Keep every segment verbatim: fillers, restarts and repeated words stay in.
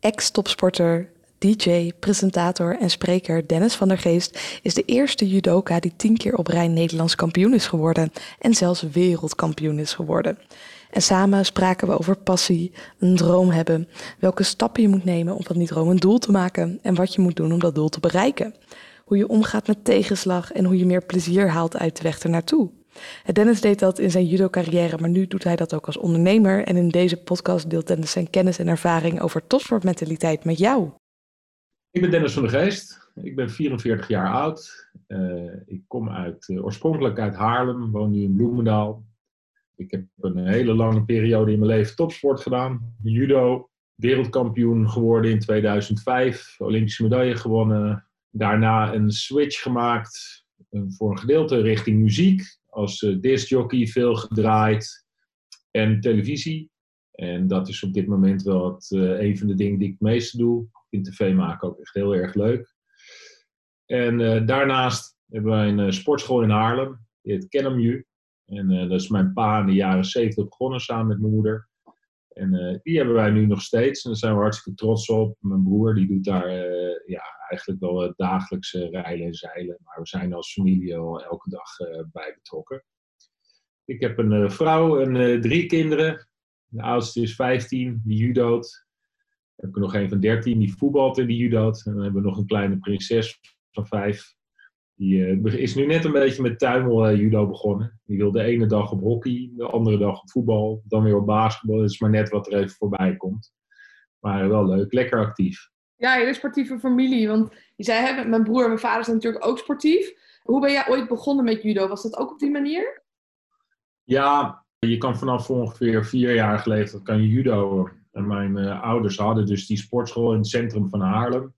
Ex-topsporter, D J, presentator en spreker Dennis van der Geest is de eerste judoka die tien keer op rij Nederlands kampioen is geworden en zelfs wereldkampioen is geworden. En samen spraken we over passie, een droom hebben, welke stappen je moet nemen om van die droom een doel te maken en wat je moet doen om dat doel te bereiken. Hoe je omgaat met tegenslag en hoe je meer plezier haalt uit de weg ernaartoe. Dennis deed dat in zijn judo-carrière, maar nu doet hij dat ook als ondernemer. En in deze podcast deelt Dennis zijn kennis en ervaring over topsportmentaliteit met jou. Ik ben Dennis van der Geest. Ik ben vierenveertig jaar oud. Uh, ik kom uit, uh, oorspronkelijk uit Haarlem, woon nu in Bloemendaal. Ik heb een hele lange periode in mijn leven topsport gedaan. Judo, wereldkampioen geworden in tweeduizend vijf, Olympische medaille gewonnen. Daarna een switch gemaakt uh, voor een gedeelte richting muziek. Als uh, discjockey veel gedraaid en televisie. En dat is op dit moment wel het, uh, een van de dingen die ik het meeste doe. Ik vind tv maken ook echt heel erg leuk. En uh, daarnaast hebben wij een uh, sportschool in Haarlem. Die heet Kennemju. En uh, dat is mijn pa in de jaren zeventig begonnen samen met mijn moeder. En uh, die hebben wij nu nog steeds. En daar zijn we hartstikke trots op. Mijn broer die doet daar uh, ja, eigenlijk wel uh, dagelijks uh, rijlen en zeilen. Maar we zijn als familie al elke dag uh, bij betrokken. Ik heb een uh, vrouw en uh, drie kinderen. De oudste is vijftien, die judoot. Dan heb ik er nog een van dertien, die voetbalt en die judoot. En dan hebben we nog een kleine prinses van vijf. Die uh, is nu net een beetje met tuimel uh, judo begonnen. Die wil de ene dag op hockey, de andere dag op voetbal. Dan weer op basketbal. Het is maar net wat er even voorbij komt. Maar uh, wel leuk, lekker actief. Ja, hele sportieve familie. Want je zei, hè, mijn broer en mijn vader zijn natuurlijk ook sportief. Hoe ben jij ooit begonnen met judo? Was dat ook op die manier? Ja, je kan vanaf ongeveer vier jaar leeftijd kan je judo. En mijn uh, ouders hadden dus die sportschool in het centrum van Haarlem.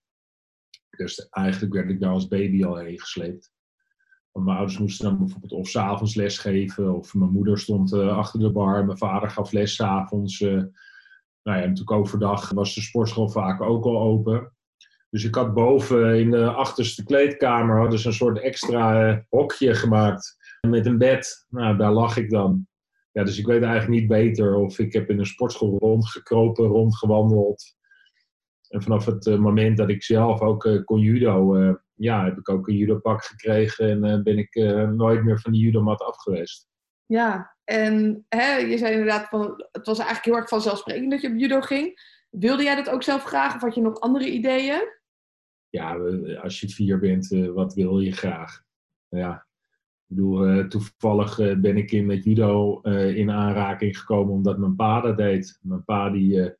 Dus eigenlijk werd ik daar als baby al heen gesleept. Want mijn ouders moesten dan bijvoorbeeld of 's avonds les geven. Of mijn moeder stond uh, achter de bar. Mijn vader gaf les 's avonds. Uh, nou ja, natuurlijk overdag was de sportschool vaak ook al open. Dus ik had boven in de achterste kleedkamer hadden ze een soort extra uh, hokje gemaakt. Met een bed. Nou, daar lag ik dan. Ja, dus ik weet eigenlijk niet beter of ik heb in een sportschool rondgekropen, rondgewandeld. En vanaf het uh, moment dat ik zelf ook uh, kon judo, uh, ja, heb ik ook een judopak gekregen en uh, ben ik uh, nooit meer van die judomat af geweest. Ja, en hè, je zei inderdaad, van, het was eigenlijk heel erg vanzelfsprekend dat je op judo ging. Wilde jij dat ook zelf graag of had je nog andere ideeën? Ja, als je vier bent, uh, wat wil je graag? Ja. Ik bedoel, uh, toevallig uh, ben ik in met judo uh, in aanraking gekomen omdat mijn pa dat deed. Mijn pa die uh,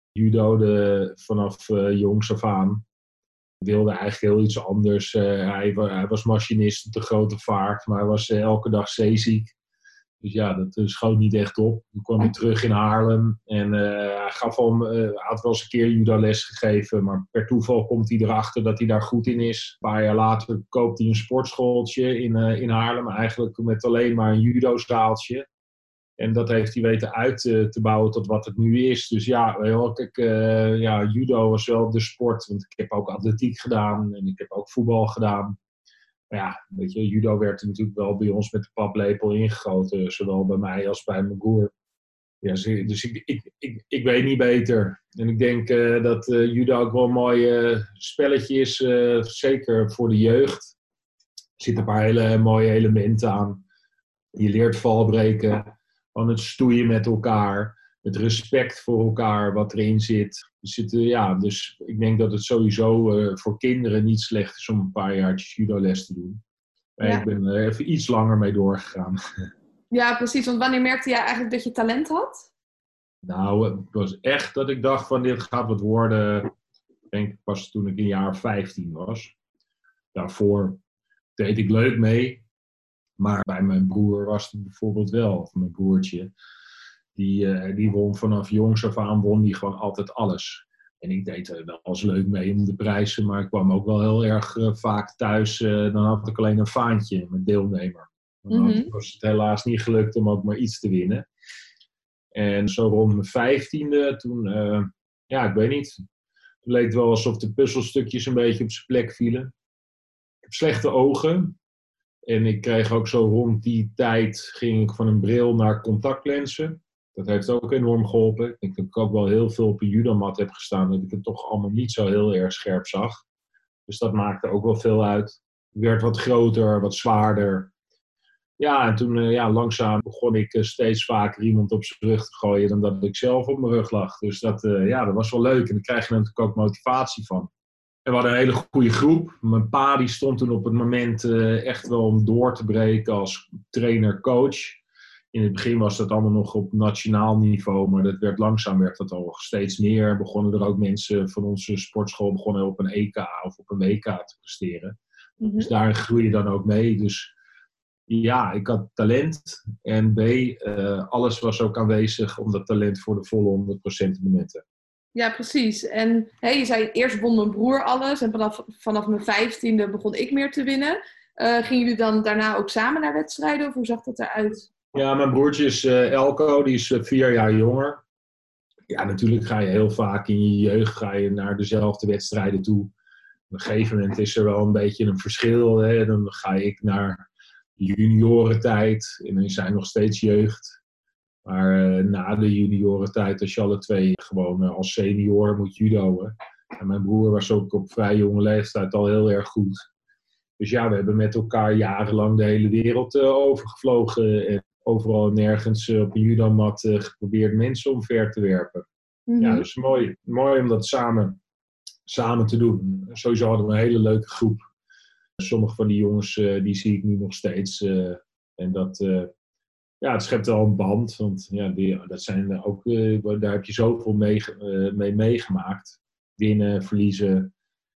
judode vanaf uh, jongs af aan. Wilde eigenlijk heel iets anders. Uh, hij, hij was machinist op de grote vaart, maar hij was uh, elke dag zeeziek. Dus ja, dat uh, schoot niet echt op. Toen kwam hij terug in Haarlem en uh, hij gaf al, uh, had wel eens een keer judoles gegeven, maar per toeval komt hij erachter dat hij daar goed in is. Een paar jaar later koopt hij een sportschooltje in, uh, in Haarlem, eigenlijk met alleen maar een judo-zaaltje. En dat heeft hij weten uit uh, te bouwen tot wat het nu is. Dus ja, kijk, uh, ja, judo was wel de sport, want ik heb ook atletiek gedaan en ik heb ook voetbal gedaan. Maar ja, weet je, judo werd natuurlijk wel bij ons met de paplepel ingegoten. Zowel bij mij als bij mijn broer. Ja, dus ik, ik, ik, ik weet niet beter. En ik denk uh, dat uh, judo ook wel een mooi uh, spelletje is. Uh, zeker voor de jeugd. Er zitten een paar hele mooie elementen aan. Je leert valbreken. Van het stoeien met elkaar. Het respect voor elkaar wat erin zit. Er zitten, ja, dus ik denk dat het sowieso uh, voor kinderen niet slecht is om een paar jaartjes judoles te doen. Maar ja. Ik ben er even iets langer mee doorgegaan. Ja, precies. Want wanneer merkte jij eigenlijk dat je talent had? Nou, het was echt dat ik dacht van dit gaat wat worden. Ik denk pas toen ik een jaar vijftien was. Daarvoor deed ik leuk mee. Maar bij mijn broer was het bijvoorbeeld wel. Of mijn broertje. Die, uh, die won vanaf jongs af aan won die gewoon altijd alles. En ik deed er wel eens leuk mee om de prijzen. Maar ik kwam ook wel heel erg uh, vaak thuis. Uh, dan had ik alleen een vaantje met deelnemer. Dan mm-hmm. was het helaas niet gelukt om ook maar iets te winnen. En zo rond mijn vijftiende, toen, uh, ja, ik weet niet. Het leek wel alsof de puzzelstukjes een beetje op zijn plek vielen. Ik heb slechte ogen. En ik kreeg ook zo rond die tijd, ging ik van een bril naar contactlenzen. Dat heeft ook enorm geholpen. Ik denk dat ik ook wel heel veel op een judomat heb gestaan. Dat ik het toch allemaal niet zo heel erg scherp zag. Dus dat maakte ook wel veel uit. Ik werd wat groter, wat zwaarder. Ja, en toen uh, ja, langzaam begon ik uh, steeds vaker iemand op zijn rug te gooien dan dat ik zelf op mijn rug lag. Dus dat, uh, ja, dat was wel leuk. En daar krijg je natuurlijk ook motivatie van. En we hadden een hele goede groep. Mijn pa die stond toen op het moment uh, echt wel om door te breken als trainer-coach. In het begin was dat allemaal nog op nationaal niveau, maar dat werd langzaam werd dat al steeds meer. Begonnen er ook mensen van onze sportschool begonnen op een E K of op een W K te presteren. Mm-hmm. Dus daar groei je dan ook mee. Dus ja, ik had talent en B, uh, alles was ook aanwezig om dat talent voor de volle honderd procent te benutten. Ja, precies. En hey, je zei eerst won mijn broer alles en vanaf, vanaf mijn vijftiende begon ik meer te winnen. Uh, gingen jullie dan daarna ook samen naar wedstrijden of hoe zag dat eruit? Ja, mijn broertje is uh, Elko, die is uh, vier jaar jonger. Ja, natuurlijk ga je heel vaak in je jeugd ga je naar dezelfde wedstrijden toe. Op een gegeven moment is er wel een beetje een verschil. Hè? Dan ga ik naar juniorentijd en dan zijn nog steeds jeugd. Maar uh, na de juniorentijd, als je alle twee gewoon uh, als senior moet judoën. En mijn broer was ook op vrij jonge leeftijd al heel erg goed. Dus ja, we hebben met elkaar jarenlang de hele wereld uh, overgevlogen. En overal en nergens uh, op een judomat uh, geprobeerd mensen omver te werpen. Mm-hmm. Ja, dus mooi, mooi om dat samen, samen te doen. Sowieso hadden we een hele leuke groep. Sommige van die jongens, uh, die zie ik nu nog steeds. Uh, en dat, uh, ja, het schept wel een band. Want ja, die, dat zijn ook, uh, daar heb je zoveel mee, uh, mee meegemaakt. Winnen, verliezen.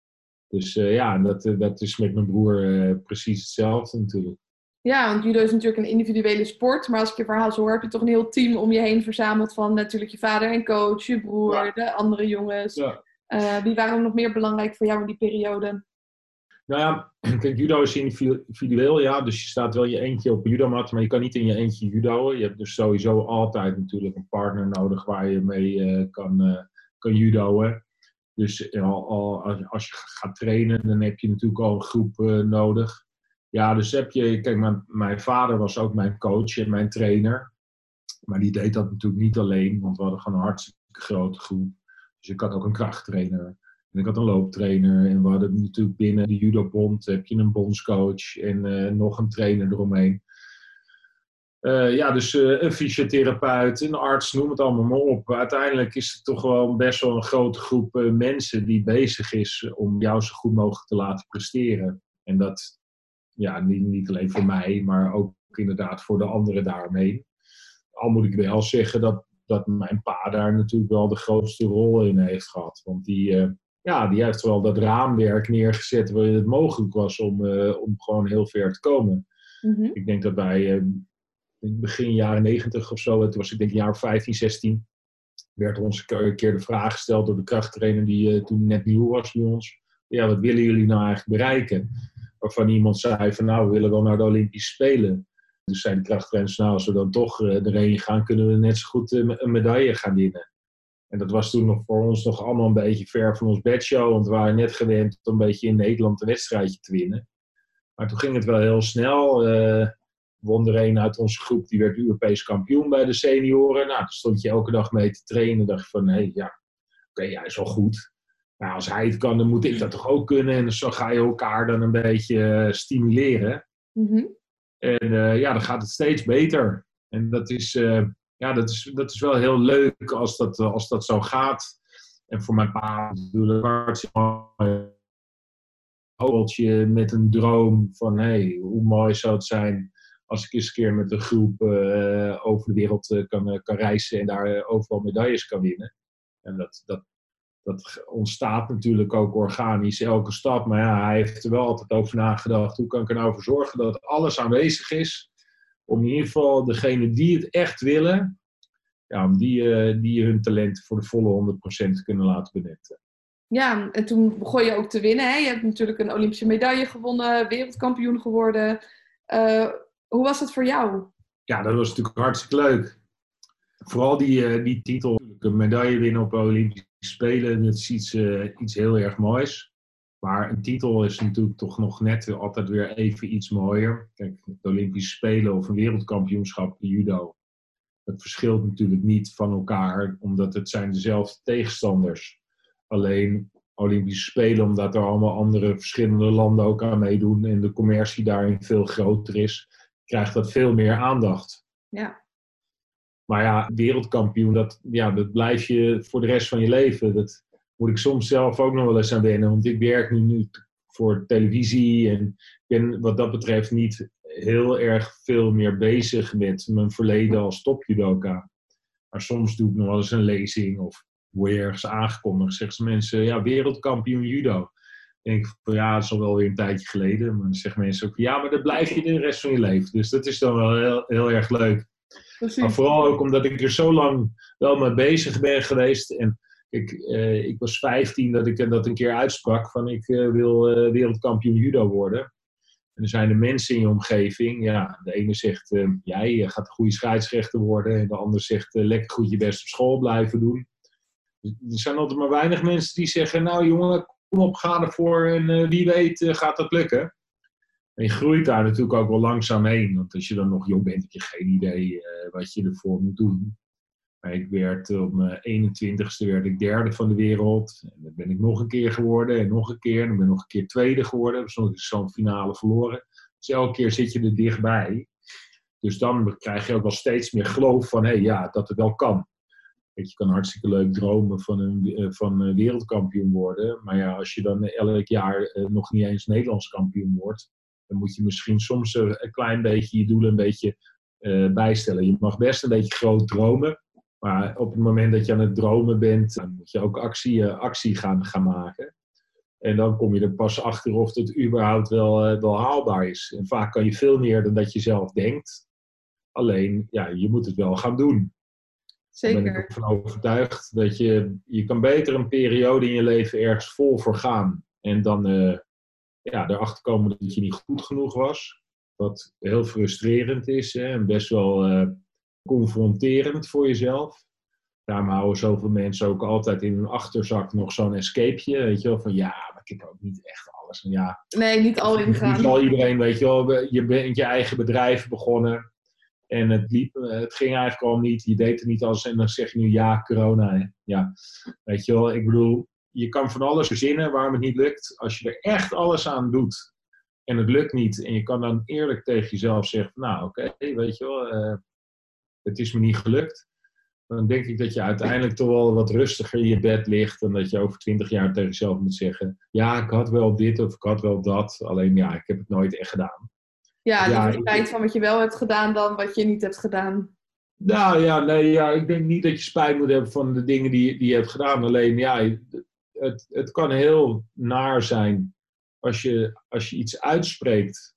Dus uh, ja, dat, uh, dat is met mijn broer uh, precies hetzelfde natuurlijk. Ja, want judo is natuurlijk een individuele sport. Maar als ik je verhaal zo hoor, heb je toch een heel team om je heen verzameld van natuurlijk je vader en coach, je broer, ja. De andere jongens. Ja. Uh, wie waren nog meer belangrijk voor jou in die periode? Nou ja, kijk, judo is individueel, ja. Dus je staat wel je eentje op een judomat, maar je kan niet in je eentje judoën. Je hebt dus sowieso altijd natuurlijk een partner nodig waar je mee uh, kan, uh, kan judoën. Dus al, al, als je gaat trainen, dan heb je natuurlijk al een groep uh, nodig. Ja, dus heb je... Kijk, mijn, mijn vader was ook mijn coach en mijn trainer. Maar die deed dat natuurlijk niet alleen, want we hadden gewoon een hartstikke grote groep. Dus ik had ook een krachttrainer. En ik had een looptrainer. En we hadden natuurlijk binnen de judobond heb je een bondscoach en uh, nog een trainer eromheen. Uh, ja, dus uh, een fysiotherapeut, een arts, noem het allemaal maar op. Uiteindelijk is het toch wel best wel een grote groep uh, mensen die bezig is om jou zo goed mogelijk te laten presteren. En dat, ja, niet, niet alleen voor mij, maar ook inderdaad voor de anderen daaromheen. Al moet ik wel zeggen dat, dat mijn pa daar natuurlijk wel de grootste rol in heeft gehad. Want die, uh, ja, die heeft wel dat raamwerk neergezet waarin het mogelijk was om, uh, om gewoon heel ver te komen. Mm-hmm. Ik denk dat wij... Uh, begin jaren negentig of zo, het was ik denk jaar vijftien, zestien, werd ons een keer de vraag gesteld door de krachttrainer die uh, toen net nieuw was bij ons. Ja, wat willen jullie nou eigenlijk bereiken? Waarvan iemand zei van nou, we willen wel naar de Olympische Spelen. Dus zei de krachttrainers, nou als we dan toch uh, erheen gaan, kunnen we net zo goed uh, een medaille gaan winnen. En dat was toen nog voor ons nog allemaal een beetje ver van ons bedshow, want we waren net gewend om een beetje in Nederland een wedstrijdje te winnen. Maar toen ging het wel heel snel. Uh, won er een uit onze groep, die werd Europees kampioen bij de senioren. Nou, daar stond je elke dag mee te trainen. Dacht je van, hé, hey, ja, oké, okay, hij is wel goed. Maar als hij het kan, dan moet ik dat toch ook kunnen. En zo ga je elkaar dan een beetje uh, stimuleren. Mm-hmm. En uh, ja, dan gaat het steeds beter. En dat is, uh, ja, dat is, dat is wel heel leuk als dat, als dat zo gaat. En voor mijn pa natuurlijk hartstikke mooi. Met een droom van, hé, hey, hoe mooi zou het zijn als ik eens een keer met een groep uh, over de wereld uh, kan, uh, kan reizen en daar uh, overal medailles kan winnen. En dat, dat, dat ontstaat natuurlijk ook organisch elke stap. Maar ja, hij heeft er wel altijd over nagedacht. Hoe kan ik er nou voor zorgen dat alles aanwezig is? Om in ieder geval degenen die het echt willen, ja, om die, uh, die hun talent voor de volle honderd procent te kunnen laten benutten. Ja, en toen begon je ook te winnen. Hè? Je hebt natuurlijk een Olympische medaille gewonnen, wereldkampioen geworden. Uh, Hoe was dat voor jou? Ja, dat was natuurlijk hartstikke leuk. Vooral die, uh, die titel, een medaille winnen op de Olympische Spelen, dat is iets, uh, iets heel erg moois. Maar een titel is natuurlijk toch nog net altijd weer even iets mooier. Kijk, de Olympische Spelen of een wereldkampioenschap in judo, Het verschilt natuurlijk niet van elkaar, omdat het zijn dezelfde tegenstanders. Alleen Olympische Spelen, omdat er allemaal andere verschillende landen ook aan meedoen en de commercie daarin veel groter is, krijgt dat veel meer aandacht. Ja. Maar ja, wereldkampioen, dat, ja, dat blijf je voor de rest van je leven. Dat moet ik soms zelf ook nog wel eens aan wennen, want ik werk nu, nu voor televisie en ik ben wat dat betreft niet heel erg veel meer bezig met mijn verleden als topjudoka. Maar soms doe ik nog wel eens een lezing of word je ergens aangekondigd. Zeggen ze mensen, ja, wereldkampioen judo. Dan denk ik van, ja, dat is al wel weer een tijdje geleden. Maar dan zeggen mensen ook, ja, maar dat blijf je de rest van je leven. Dus dat is dan wel heel, heel erg leuk. Precies. Maar vooral ook omdat ik er zo lang wel mee bezig ben geweest. En ik, eh, ik was vijftien dat ik dat een keer uitsprak van ik uh, wil uh, wereldkampioen judo worden. En er zijn de mensen in je omgeving. Ja, de ene zegt, uh, jij gaat een goede scheidsrechter worden. En de ander zegt, uh, lekker goed je best op school blijven doen. Er zijn altijd maar weinig mensen die zeggen, nou jongen, kom op, ga ervoor. En uh, wie weet uh, gaat dat lukken. En je groeit daar natuurlijk ook wel langzaam heen. Want als je dan nog jong bent, heb je geen idee uh, wat je ervoor moet doen. Maar ik werd op mijn eenentwintigste werd ik derde van de wereld. En dan ben ik nog een keer geworden en nog een keer. En dan ben ik nog een keer tweede geworden. Dus nog eens zo'n finale verloren. Dus elke keer zit je er dichtbij. Dus dan krijg je ook wel steeds meer geloof van, hé, hey, ja, dat het wel kan. Weet, je kan hartstikke leuk dromen van een, van een wereldkampioen worden. Maar ja, als je dan elk jaar uh, nog niet eens Nederlands kampioen wordt, dan moet je misschien soms uh, een klein beetje je doelen een beetje uh, bijstellen. Je mag best een beetje groot dromen. Maar op het moment dat je aan het dromen bent, dan moet je ook actie, uh, actie gaan, gaan maken. En dan kom je er pas achter of het überhaupt wel, uh, wel haalbaar is. En vaak kan je veel meer dan dat je zelf denkt. Alleen, ja, je moet het wel gaan doen. Zeker. Daar ben ik ervan overtuigd dat je, je kan beter een periode in je leven ergens vol voor gaan. En dan uh, ja, erachter komen dat je niet goed genoeg was. Wat heel frustrerend is, hè, en best wel uh, confronterend voor jezelf. Daarom houden zoveel mensen ook altijd in hun achterzak nog zo'n escapeje. Weet je wel, van ja, maar ik heb ook niet echt alles. En ja, nee, niet al ingaan. Nu zal iedereen, weet je wel, je bent je eigen bedrijf begonnen. En het, liep, het ging eigenlijk al niet. Je deed het niet alles. En dan zeg je nu ja, corona. Hè. Ja, weet je wel, ik bedoel, je kan van alles verzinnen waarom het niet lukt. Als je er echt alles aan doet en het lukt niet. En je kan dan eerlijk tegen jezelf zeggen, nou oké, okay, weet je wel, uh, het is me niet gelukt. Dan denk ik dat je uiteindelijk toch wel wat rustiger in je bed ligt. Dan dat je over twintig jaar tegen jezelf moet zeggen, ja, ik had wel dit of ik had wel dat. Alleen ja, ik heb het nooit echt gedaan. Ja, liever spijt van wat je wel hebt gedaan dan wat je niet hebt gedaan. Nou ja, nee, ja, ik denk niet dat je spijt moet hebben van de dingen die, die je hebt gedaan. Alleen ja, het, het kan heel naar zijn als je, als je iets uitspreekt.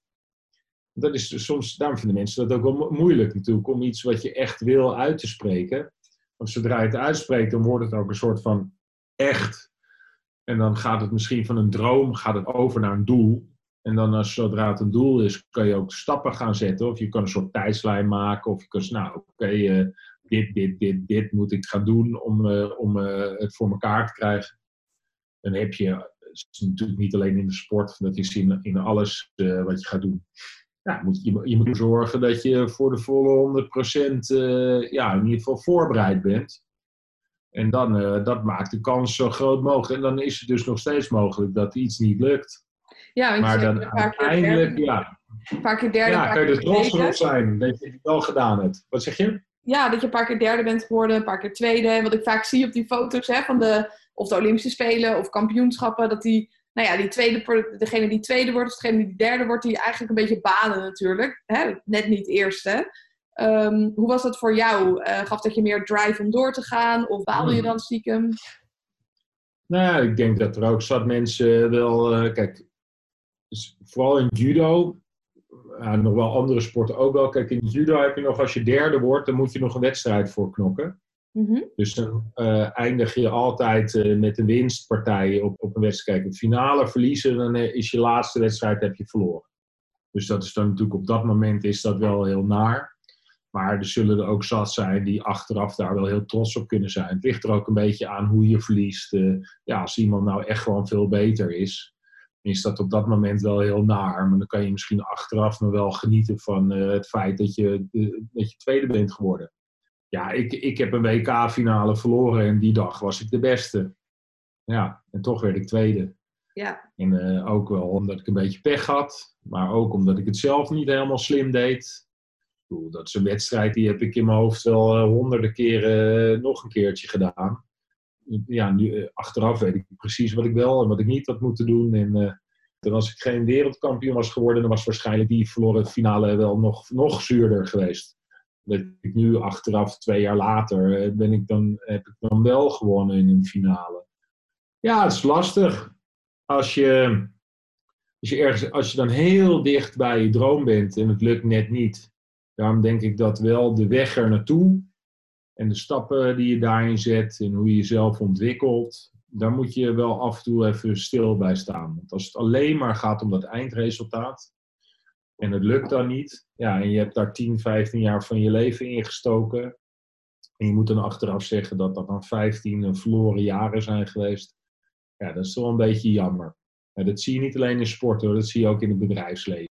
Dat is dus soms, daarom vinden mensen dat ook wel moeilijk natuurlijk, om iets wat je echt wil uit te spreken. Want zodra je het uitspreekt, dan wordt het ook een soort van echt. En dan gaat het misschien van een droom, gaat het over naar een doel. En dan als zodra het een doel is, kan je ook stappen gaan zetten. Of je kan een soort tijdslijn maken. Of je kan zeggen, nou oké, okay, uh, dit, dit, dit, dit moet ik gaan doen om, uh, om uh, het voor elkaar te krijgen. Dan heb je, het is natuurlijk niet alleen in de sport, dat is in, in alles uh, wat je gaat doen. Ja, moet, je, je moet zorgen dat je voor de volle honderd procent uh, ja, in ieder geval voorbereid bent. En dan, uh, dat maakt de kans zo groot mogelijk. En dan is het dus nog steeds mogelijk dat iets niet lukt. Ja, maar dan een paar uiteindelijk, keer ja. Een paar keer derde. Ja, kan je er trots op zijn dat je het wel gedaan hebt. Wat zeg je? Ja, dat je een paar keer derde bent geworden, een paar keer tweede. En wat ik vaak zie op die foto's, hè, van de, of de Olympische Spelen of kampioenschappen, dat die, nou ja, die tweede, degene die tweede wordt, of degene die derde wordt, die eigenlijk een beetje banen natuurlijk. Hè? Net niet eerste. Um, hoe was dat voor jou? Uh, gaf dat je meer drive om door te gaan? Of baalde hmm. je dan stiekem? Nou, ik denk dat er ook zat mensen wel, uh, kijk, dus vooral in judo, uh, nog wel andere sporten ook wel. Kijk, in judo heb je nog, als je derde wordt, dan moet je nog een wedstrijd voor knokken. Mm-hmm. Dus dan uh, eindig je altijd uh, met een winstpartij op, op een wedstrijd. Kijk, de finale verliezen, dan is je laatste wedstrijd heb je verloren. Dus dat is dan natuurlijk, op dat moment is dat wel heel naar. Maar er zullen er ook zat zijn die achteraf daar wel heel trots op kunnen zijn. Het ligt er ook een beetje aan hoe je verliest. Uh, ja, als iemand nou echt gewoon veel beter is, is dat op dat moment wel heel naar. Maar dan kan je misschien achteraf nog wel genieten van uh, het feit dat je, uh, dat je tweede bent geworden. Ja, ik, ik heb een W K-finale verloren en die dag was ik de beste. Ja, en toch werd ik tweede. Ja. En uh, ook wel omdat ik een beetje pech had. Maar ook omdat ik het zelf niet helemaal slim deed. Ik bedoel, dat is een wedstrijd die heb ik in mijn hoofd wel uh, honderden keren uh, nog een keertje gedaan. Ja, nu, uh, achteraf weet ik precies wat ik wel en wat ik niet had moeten doen. En uh, als ik geen wereldkampioen was geworden, dan was waarschijnlijk die verloren finale wel nog, nog zuurder geweest. Dat ik nu achteraf, twee jaar later, uh, ben ik dan, heb ik dan wel gewonnen in een finale. Ja, het is lastig. Als je, als je, ergens, als je dan heel dicht bij je droom bent en het lukt net niet. Daarom denk ik dat wel de weg er naartoe en de stappen die je daarin zet en hoe je jezelf ontwikkelt, daar moet je wel af en toe even stil bij staan. Want als het alleen maar gaat om dat eindresultaat en het lukt dan niet, ja, en je hebt daar tien, vijftien jaar van je leven in gestoken en je moet dan achteraf zeggen dat dat dan vijftien verloren jaren zijn geweest. Ja, dat is toch een beetje jammer. Ja, dat zie je niet alleen in sport hoor, dat zie je ook in het bedrijfsleven.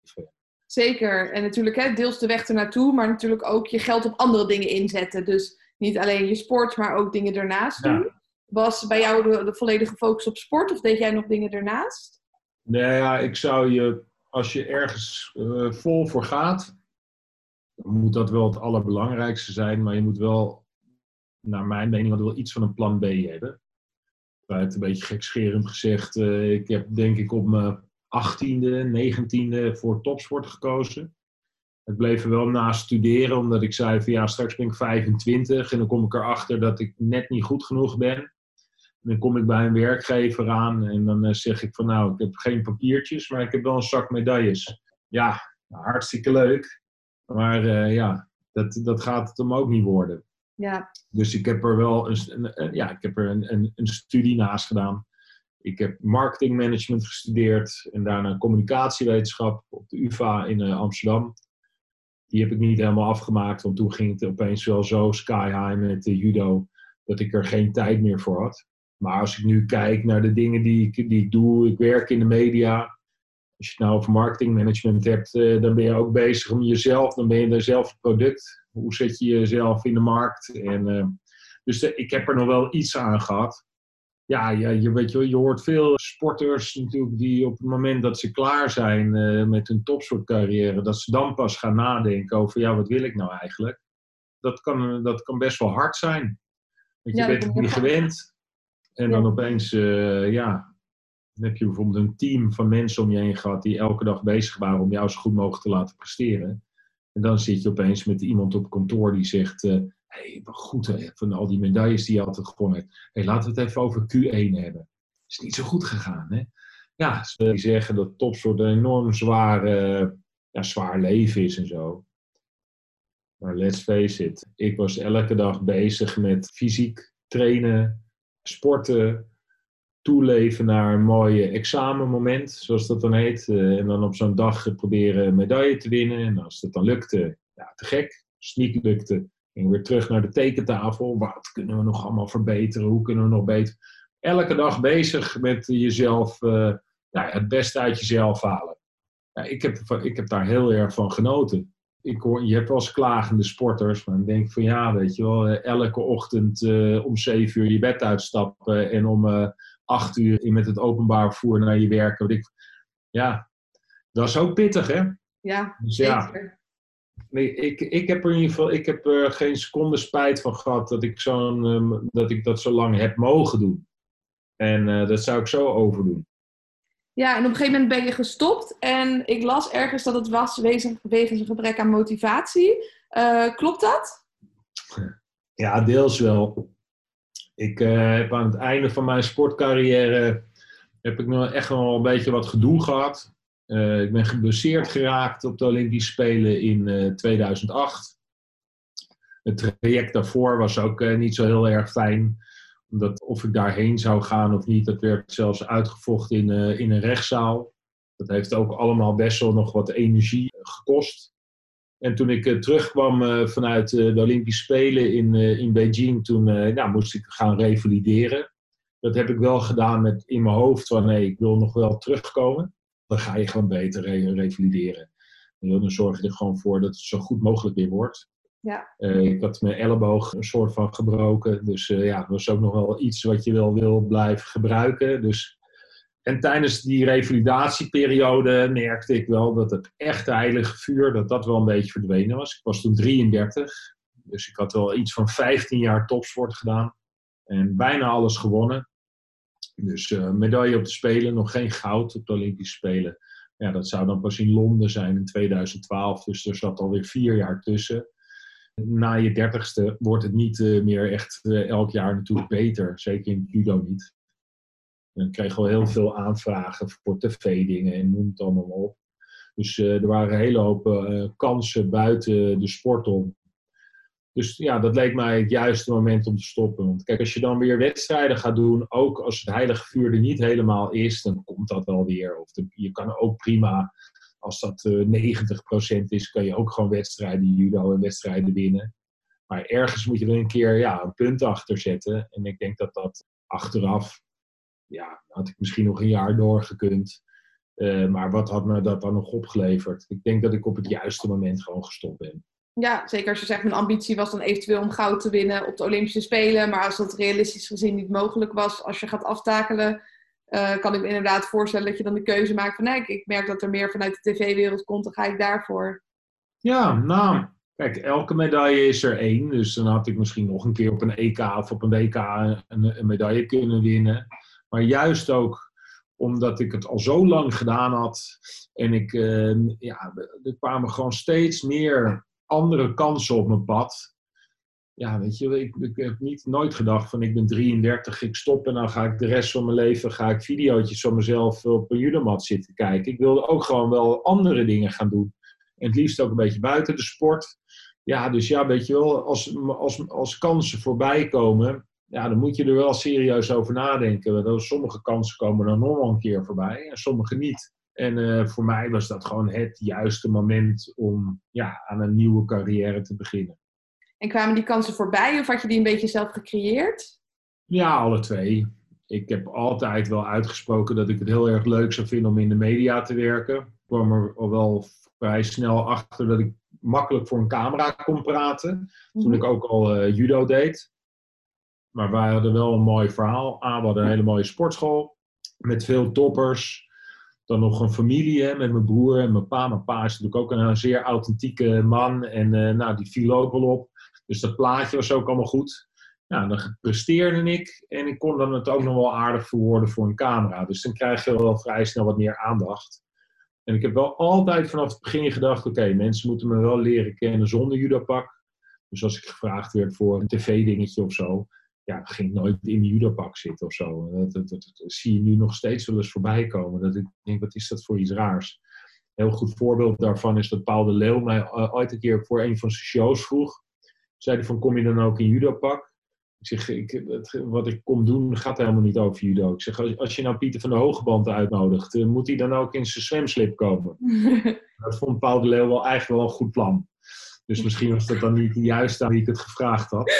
Zeker. En natuurlijk hè, deels de weg ernaartoe, maar natuurlijk ook je geld op andere dingen inzetten. Dus niet alleen je sport, maar ook dingen ernaast doen. Ja. Was bij jou de, de volledige focus op sport of deed jij nog dingen ernaast? Nee, ja, ik zou je, als je ergens uh, vol voor gaat, dan moet dat wel het allerbelangrijkste zijn. Maar je moet wel, naar mijn mening, wel iets van een plan B hebben. Het een beetje gekscherend gezegd, uh, ik heb denk ik op mijn achttiende, negentiende voor topsport gekozen. Ik bleef er wel naast studeren, omdat ik zei van ja, straks ben ik vijfentwintig en dan kom ik erachter dat ik net niet goed genoeg ben. En dan kom ik bij een werkgever aan en dan uh, zeg ik van nou, ik heb geen papiertjes, maar ik heb wel een zak medailles. Ja, hartstikke leuk, maar uh, ja, dat, dat gaat het hem ook niet worden. Ja. Dus ik heb er wel een, een, een, ja, ik heb er een, een, een studie naast gedaan. Ik heb marketingmanagement gestudeerd en daarna communicatiewetenschap op de U vA in uh, Amsterdam. Die heb ik niet helemaal afgemaakt, want toen ging het opeens wel zo sky high met uh, judo dat ik er geen tijd meer voor had. Maar als ik nu kijk naar de dingen die ik, die ik doe, ik werk in de media. Als je het nou over marketingmanagement hebt, uh, dan ben je ook bezig om jezelf, dan ben je er zelf het product. Hoe zet je jezelf in de markt? En, uh, dus de, ik heb er nog wel iets aan gehad. Ja, ja je, weet je, je hoort veel sporters natuurlijk die op het moment dat ze klaar zijn uh, met hun topsportcarrière, dat ze dan pas gaan nadenken over, ja, wat wil ik nou eigenlijk? Dat kan, dat kan best wel hard zijn. Want je ja, bent het niet gewend. En ja. dan opeens, uh, ja, dan heb je bijvoorbeeld een team van mensen om je heen gehad die elke dag bezig waren om jou zo goed mogelijk te laten presteren. En dan zit je opeens met iemand op kantoor die zegt, hé, uh, hey, wat goed hè, van al die medailles die je altijd gewonnen hebt. Hey, laten we het even over Q één hebben. Het is niet zo goed gegaan, hè? Ja, ze die zeggen dat topsport een enorm zwaar, uh, ja, zwaar leven is en zo. Maar let's face it, ik was elke dag bezig met fysiek trainen, sporten, toeleven naar een mooi examenmoment, zoals dat dan heet. Uh, en dan op zo'n dag proberen een medaille te winnen. En als dat dan lukte, ja, te gek. Als het niet lukte, gingen we weer terug naar de tekentafel. Wat kunnen we nog allemaal verbeteren? Hoe kunnen we nog beter? Elke dag bezig met jezelf, uh, nou ja, het beste uit jezelf halen. Ja, ik, heb, ik heb daar heel erg van genoten. Ik hoor, je hebt wel eens klagende sporters, maar dan denk ik van ja, weet je wel, elke ochtend uh, om zeven uur je bed uitstappen en om uh, acht uur met het openbaar vervoer naar je werk. Ik, ja, dat is ook pittig, hè? Ja, dus, zeker. Ja, nee, ik, ik heb er in ieder geval ik heb er geen seconde spijt van gehad dat ik, zo'n, um, dat, ik dat zo lang heb mogen doen. En uh, dat zou ik zo overdoen. Ja, en op een gegeven moment ben je gestopt. En ik las ergens dat het was wegens een gebrek aan motivatie. Uh, klopt dat? Ja, deels wel. Ik uh, heb aan het einde van mijn sportcarrière heb ik nog echt wel een beetje wat gedoe gehad. Uh, ik ben geblesseerd geraakt op de Olympische Spelen in uh, tweeduizend acht. Het traject daarvoor was ook uh, niet zo heel erg fijn. Omdat of ik daarheen zou gaan of niet, dat werd zelfs uitgevochten in, uh, in een rechtszaal. Dat heeft ook allemaal best wel nog wat energie gekost. En toen ik uh, terugkwam uh, vanuit uh, de Olympische Spelen in, uh, in Beijing, toen uh, nou, moest ik gaan revalideren. Dat heb ik wel gedaan met in mijn hoofd van nee, ik wil nog wel terugkomen. Dan ga je gewoon beter re- revalideren. En dan zorg je er gewoon voor dat het zo goed mogelijk weer wordt. Ja. Uh, ik had mijn elleboog een soort van gebroken. Dus uh, ja, dat was ook nog wel iets wat je wel wil blijven gebruiken. Dus... En tijdens die revalidatieperiode merkte ik wel dat het echte heilige vuur, dat dat wel een beetje verdwenen was. Ik was toen drieëndertig, dus ik had wel iets van vijftien jaar topsport gedaan. En bijna alles gewonnen. Dus uh, medaille op de Spelen, nog geen goud op de Olympische Spelen. Ja, dat zou dan pas in Londen zijn in tweeduizend twaalf, dus er zat alweer vier jaar tussen. Na je dertigste wordt het niet uh, meer echt uh, elk jaar natuurlijk beter, zeker in judo niet. Ik kreeg al heel veel aanvragen voor tv-dingen en noem het allemaal op. Dus uh, er waren een hele hoop uh, kansen buiten de sport om. Dus ja, dat leek mij het juiste moment om te stoppen. Want kijk, als je dan weer wedstrijden gaat doen, ook als het heilige vuur er niet helemaal is, dan komt dat wel weer. Of de, je kan ook prima, als dat uh, negentig procent is, kan je ook gewoon wedstrijden judo en wedstrijden winnen. Maar ergens moet je er een keer ja, een punt achter zetten. En ik denk dat dat achteraf... Ja, had ik misschien nog een jaar doorgekund. Uh, maar wat had me dat dan nog opgeleverd? Ik denk dat ik op het juiste moment gewoon gestopt ben. Ja, zeker als je zegt mijn ambitie was dan eventueel om goud te winnen op de Olympische Spelen. Maar als dat realistisch gezien niet mogelijk was, als je gaat aftakelen, uh, kan ik me inderdaad voorstellen dat je dan de keuze maakt van nee, ik, ik merk dat er meer vanuit de tv-wereld komt, dan ga ik daarvoor. Ja, nou, kijk, elke medaille is er één. Dus dan had ik misschien nog een keer op een E K of op een W K een, een medaille kunnen winnen. Maar juist ook omdat ik het al zo lang gedaan had. En ik, uh, ja, er kwamen gewoon steeds meer andere kansen op mijn pad. Ja, weet je, ik, ik heb niet, nooit gedacht van ik ben drieëndertig, ik stop en dan ga ik de rest van mijn leven ga ik videootjes van mezelf op een judomat zitten kijken. Ik wilde ook gewoon wel andere dingen gaan doen. En het liefst ook een beetje buiten de sport. Ja, dus ja, weet je wel, als, als, als kansen voorbij komen... Ja, dan moet je er wel serieus over nadenken. Want sommige kansen komen dan nog wel een keer voorbij en sommige niet. En uh, voor mij was dat gewoon het juiste moment om ja, aan een nieuwe carrière te beginnen. En kwamen die kansen voorbij of had je die een beetje zelf gecreëerd? Ja, alle twee. Ik heb altijd wel uitgesproken dat ik het heel erg leuk zou vinden om in de media te werken. Ik kwam er al wel vrij snel achter dat ik makkelijk voor een camera kon praten. Mm-hmm. Toen ik ook al uh, judo deed. Maar wij hadden wel een mooi verhaal. A, we hadden een hele mooie sportschool. Met veel toppers. Dan nog een familie hè, met mijn broer en mijn pa. Mijn pa is natuurlijk ook een, een zeer authentieke man. En uh, nou, die viel ook wel op. Dus dat plaatje was ook allemaal goed. Nou, dan presteerde ik. En ik kon dan het ook nog wel aardig verwoorden voor een camera. Dus dan krijg je wel vrij snel wat meer aandacht. En ik heb wel altijd vanaf het begin gedacht... Oké, okay, mensen moeten me wel leren kennen zonder judopak. Dus als ik gevraagd werd voor een tv-dingetje of zo... Ja, dan ging ik nooit in een judopak zitten of zo. Dat, dat, dat, dat zie je nu nog steeds wel eens voorbij komen. Dat ik denk, wat is dat voor iets raars? Een heel goed voorbeeld daarvan is dat Paul de Leeuw mij ooit een keer voor een van zijn shows vroeg. Zei hij van, kom je dan ook in judopak? Ik zeg, ik, het, wat ik kom doen gaat helemaal niet over judo. Ik zeg, als, als je nou Pieter van der Hogeband uitnodigt, uh, moet hij dan ook in zijn zwemslip komen? Dat vond Paul de Leeuw wel eigenlijk wel een goed plan. Dus misschien was dat dan niet de juiste aan wie ik het gevraagd had.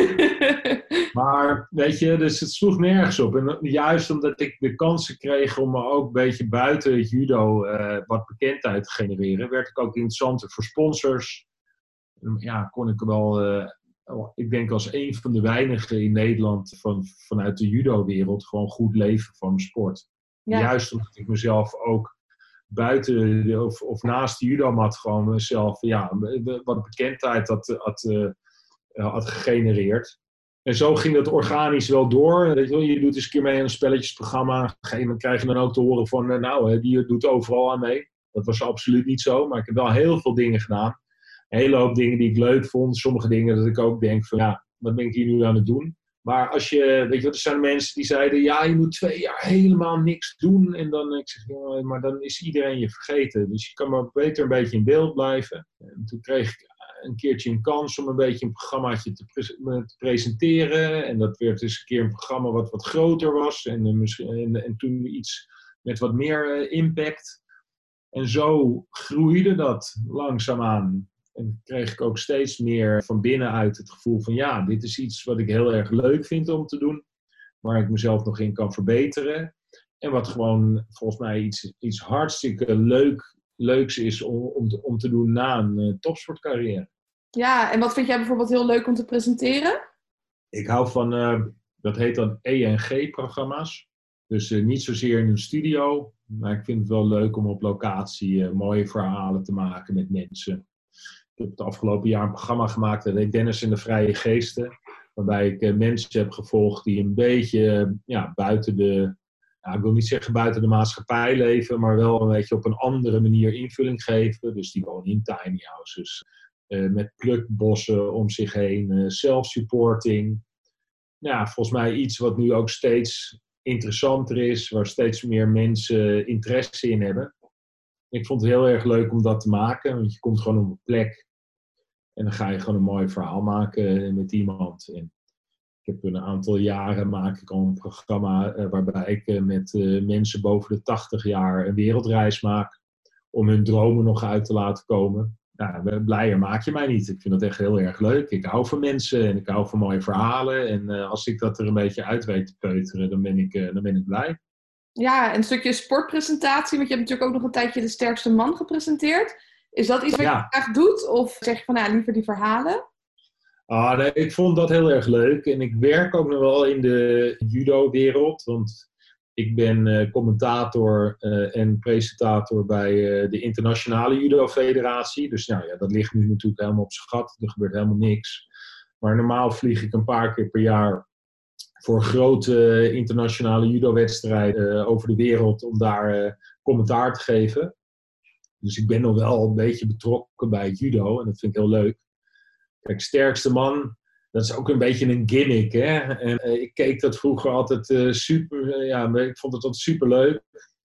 Maar weet je, dus het sloeg nergens op. En juist omdat ik de kansen kreeg om me ook een beetje buiten het judo uh, wat bekendheid te genereren, werd ik ook interessanter voor sponsors. Ja, kon ik wel, uh, ik denk als een van de weinigen in Nederland van, vanuit de judo-wereld gewoon goed leven van mijn sport. Ja. Juist omdat ik mezelf ook buiten de, of, of naast de judomat gewoon mezelf ja, wat bekendheid had, had, uh, had gegenereerd. En zo ging dat organisch wel door. Weet je, wel, je doet eens een keer mee aan een spelletjesprogramma. Op een gegeven moment krijg je dan ook te horen van... nou, die doet overal aan mee. Dat was absoluut niet zo. Maar ik heb wel heel veel dingen gedaan. Een hele hoop dingen die ik leuk vond. Sommige dingen dat ik ook denk van... ja, wat ben ik hier nu aan het doen? Maar als je... Weet je, er zijn mensen die zeiden... ja, je moet twee jaar helemaal niks doen. En dan ik zeg ja, maar dan is iedereen je vergeten. Dus je kan maar beter een beetje in beeld blijven. En toen kreeg ik... een keertje een kans om een beetje een programmaatje te, pre- te presenteren. En dat werd dus een keer een programma wat wat groter was. En, uh, en, en toen iets met wat meer uh, impact. En zo groeide dat langzaamaan. En kreeg ik ook steeds meer van binnenuit het gevoel van... ja, dit is iets wat ik heel erg leuk vind om te doen. Waar ik mezelf nog in kan verbeteren. En wat gewoon volgens mij iets, iets hartstikke leuk, leuks is om, om, te, om te doen na een uh, topsportcarrière. Ja, en wat vind jij bijvoorbeeld heel leuk om te presenteren? Ik hou van, uh, dat heet dan E N G-programma's. Dus uh, niet zozeer in een studio, maar ik vind het wel leuk om op locatie uh, mooie verhalen te maken met mensen. Ik heb het afgelopen jaar een programma gemaakt, dat heet Dennis en de Vrije Geesten. Waarbij ik uh, mensen heb gevolgd die een beetje uh, ja, buiten de, ja, ik wil niet zeggen buiten de maatschappij leven, maar wel een beetje op een andere manier invulling geven. Dus die wonen in tiny houses, uh, met plukbossen om zich heen, uh, self-supporting. Ja, volgens mij iets wat nu ook steeds interessanter is, waar steeds meer mensen interesse in hebben. Ik vond het heel erg leuk om dat te maken, want je komt gewoon op een plek en dan ga je gewoon een mooi verhaal maken met iemand. En ik heb een aantal jaren maak ik al een programma uh, waarbij ik uh, met uh, mensen boven de tachtig jaar een wereldreis maak om hun dromen nog uit te laten komen. Nou, blijer maak je mij niet. Ik vind dat echt heel erg leuk. Ik hou van mensen en ik hou van mooie verhalen. En uh, als ik dat er een beetje uit weet te peuteren, dan ben ik, uh, dan ben ik blij. Ja, en een stukje sportpresentatie, want je hebt natuurlijk ook nog een tijdje De Sterkste Man gepresenteerd. Is dat iets wat ja. je graag doet? Of zeg je van, nou, liever die verhalen? Ah, nee, ik vond dat heel erg leuk. En ik werk ook nog wel in de judo-wereld. Want ik ben uh, commentator uh, en presentator bij uh, de Internationale Judo Federatie. Dus nou, ja, dat ligt nu natuurlijk helemaal op zijn gat. Er gebeurt helemaal niks. Maar normaal vlieg ik een paar keer per jaar voor grote internationale judo-wedstrijden uh, over de wereld om daar uh, commentaar te geven. Dus ik ben nog wel een beetje betrokken bij judo en dat vind ik heel leuk. Kijk, Sterkste Man, dat is ook een beetje een gimmick, hè. En uh, ik keek dat vroeger altijd uh, super, uh, ja, ik vond het altijd super leuk.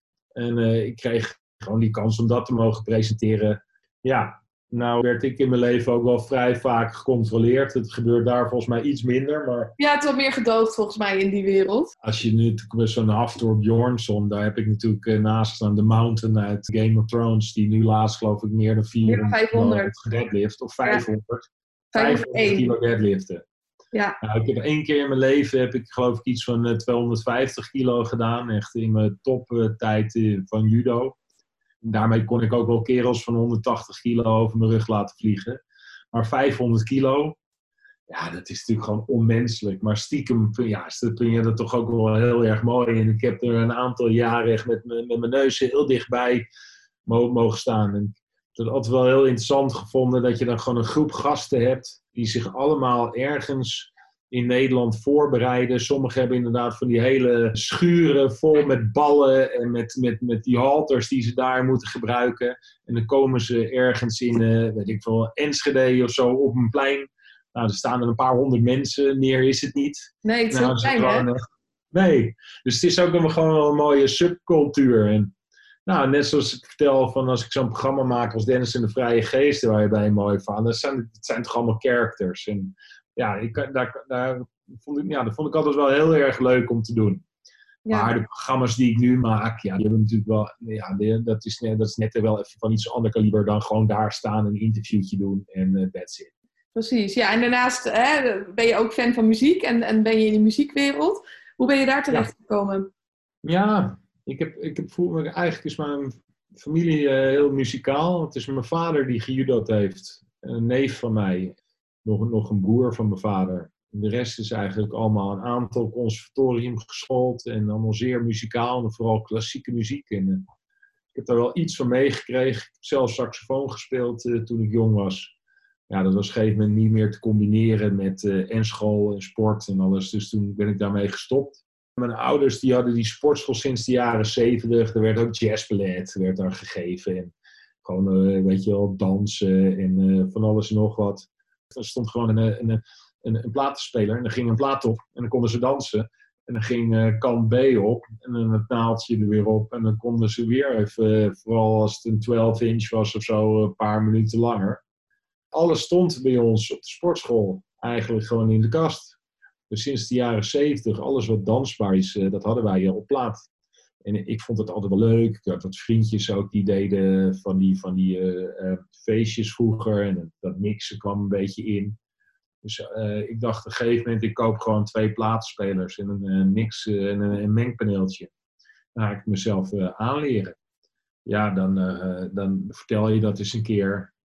En uh, ik kreeg gewoon die kans om dat te mogen presenteren. Ja, nou werd ik in mijn leven ook wel vrij vaak gecontroleerd. Het gebeurt daar volgens mij iets minder, maar... Ja, het is wat meer gedoogd volgens mij in die wereld. Als je nu zo'n Hafthor Bjornsson, daar heb ik natuurlijk uh, naast staan The Mountain uit Game of Thrones, die nu laatst geloof ik meer dan vierhonderd vijfhonderd gedeadlift, of vijfhonderd. Ja. vijfhonderd kilo deadliften. Ja. Nou, ik heb één keer in mijn leven heb ik geloof ik iets van uh, tweehonderdvijftig kilo gedaan. Echt in mijn toptijd uh, van judo. En daarmee kon ik ook wel kerels van honderdtachtig kilo over mijn rug laten vliegen. Maar vijfhonderd kilo, ja, dat is natuurlijk gewoon onmenselijk. Maar stiekem ja, vind je dat toch ook wel heel erg mooi. En ik heb er een aantal jaren echt met, met mijn neus heel dichtbij mogen staan. En ik heb het altijd wel heel interessant gevonden dat je dan gewoon een groep gasten hebt die zich allemaal ergens in Nederland voorbereiden. Sommigen hebben inderdaad van die hele schuren vol met ballen en met, met, met die halters die ze daar moeten gebruiken. En dan komen ze ergens in, uh, weet ik veel, Enschede of zo op een plein. Nou, er staan er een paar honderd mensen, meer is het niet. Nee, het is nou, heel klein, hè? Gewoon, uh, nee, dus het is ook nog gewoon wel een mooie subcultuur. En nou, net zoals ik vertel, van als ik zo'n programma maak als Dennis en de Vrije Geesten, waar je bij mooi van, dat zijn, dat zijn toch allemaal characters. En ja, ik, daar, daar, vond ik, ja, dat vond ik altijd wel heel erg leuk om te doen. Ja. Maar de programma's die ik nu maak, ja, die hebben natuurlijk wel, ja, die, dat, is net, dat is net wel even van iets ander kaliber dan gewoon daar staan, een interviewtje doen en uh, that's it. Precies, ja. En daarnaast hè, ben je ook fan van muziek en, en ben je in de muziekwereld. Hoe ben je daar terecht gekomen? Ja, ja ik heb, ik heb voel, eigenlijk is mijn familie uh, heel muzikaal. Het is mijn vader die gejudo'd heeft. Een neef van mij. Nog, nog een broer van mijn vader. En de rest is eigenlijk allemaal een aantal conservatorium geschoold. En allemaal zeer muzikaal. En vooral klassieke muziek. En, uh, ik heb daar wel iets van meegekregen. Ik heb zelf saxofoon gespeeld uh, toen ik jong was. Ja, dat was op een gegeven moment niet meer te combineren met uh, en school en sport en alles. Dus toen ben ik daarmee gestopt. Mijn ouders die hadden die sportschool sinds de jaren zeventig. Er werd ook jazzballet werd daar gegeven. En gewoon, uh, weet je wel, dansen en uh, van alles en nog wat. Er stond gewoon een, een, een, een platenspeler en er ging een plaat op. En dan konden ze dansen. En dan ging uh, kant B op en dan het naaldje er weer op. En dan konden ze weer even, uh, vooral als het een twaalf inch was of zo, een paar minuten langer. Alles stond bij ons op de sportschool eigenlijk gewoon in de kast. Dus sinds de jaren zeventig, alles wat dansbaar is, uh, dat hadden wij uh, op plaat. En ik vond het altijd wel leuk. Ik had wat vriendjes ook die deden van die, van die uh, uh, feestjes vroeger. En dat mixen kwam een beetje in. Dus uh, ik dacht op een gegeven moment, ik koop gewoon twee platenspelers en een uh, mix uh, en een, een mengpaneeltje. Dan ga ik mezelf uh, aanleren. Ja, dan, uh, dan vertel je dat eens een keer.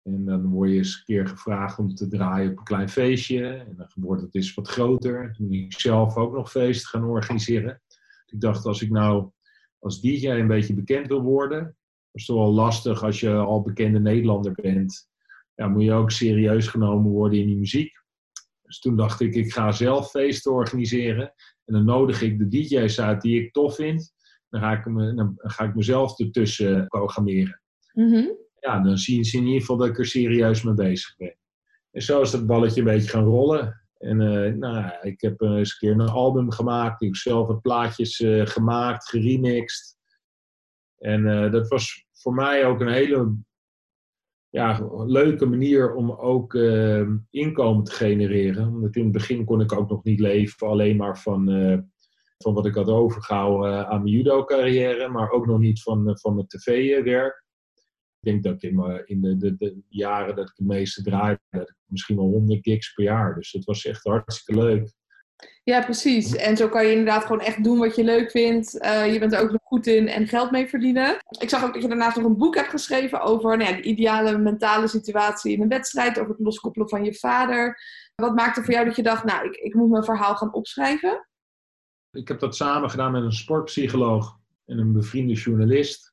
En dan word je eens een keer gevraagd om te draaien op een klein feestje. En dan wordt het eens wat groter. Toen moet ik zelf ook nog feesten gaan organiseren. Ik dacht, als ik nou als D J een beetje bekend wil worden, dat is toch wel lastig als je al bekende Nederlander bent. Ja, moet je ook serieus genomen worden in die muziek. Dus toen dacht ik, ik ga zelf feesten organiseren. En dan nodig ik de D J's uit die ik tof vind. Dan ga ik, me, dan ga ik mezelf ertussen programmeren. Mm-hmm. Ja, dan zien ze in ieder geval dat ik er serieus mee bezig ben. En zo is dat balletje een beetje gaan rollen. En uh, nou, ik heb uh, eens een keer een album gemaakt. Ik heb zelf wat plaatjes uh, gemaakt, geremixed. En uh, dat was voor mij ook een hele ja, leuke manier om ook uh, inkomen te genereren. Omdat in het begin kon ik ook nog niet leven alleen maar van, uh, van wat ik had overgehouden uh, aan mijn judo-carrière. Maar ook nog niet van, uh, van mijn tv-werk. Ik denk dat in, mijn, in de, de, de jaren dat ik het meeste draaide, dat ik misschien wel honderd gigs per jaar. Dus het was echt hartstikke leuk. Ja, precies. En zo kan je inderdaad gewoon echt doen wat je leuk vindt. Uh, je bent er ook nog goed in en geld mee verdienen. Ik zag ook dat je daarnaast nog een boek hebt geschreven over nou ja, de ideale mentale situatie in een wedstrijd. Over het loskoppelen van je vader. Wat maakte voor jou dat je dacht, nou, ik, ik moet mijn verhaal gaan opschrijven? Ik heb dat samen gedaan met een sportpsycholoog en een bevriende journalist.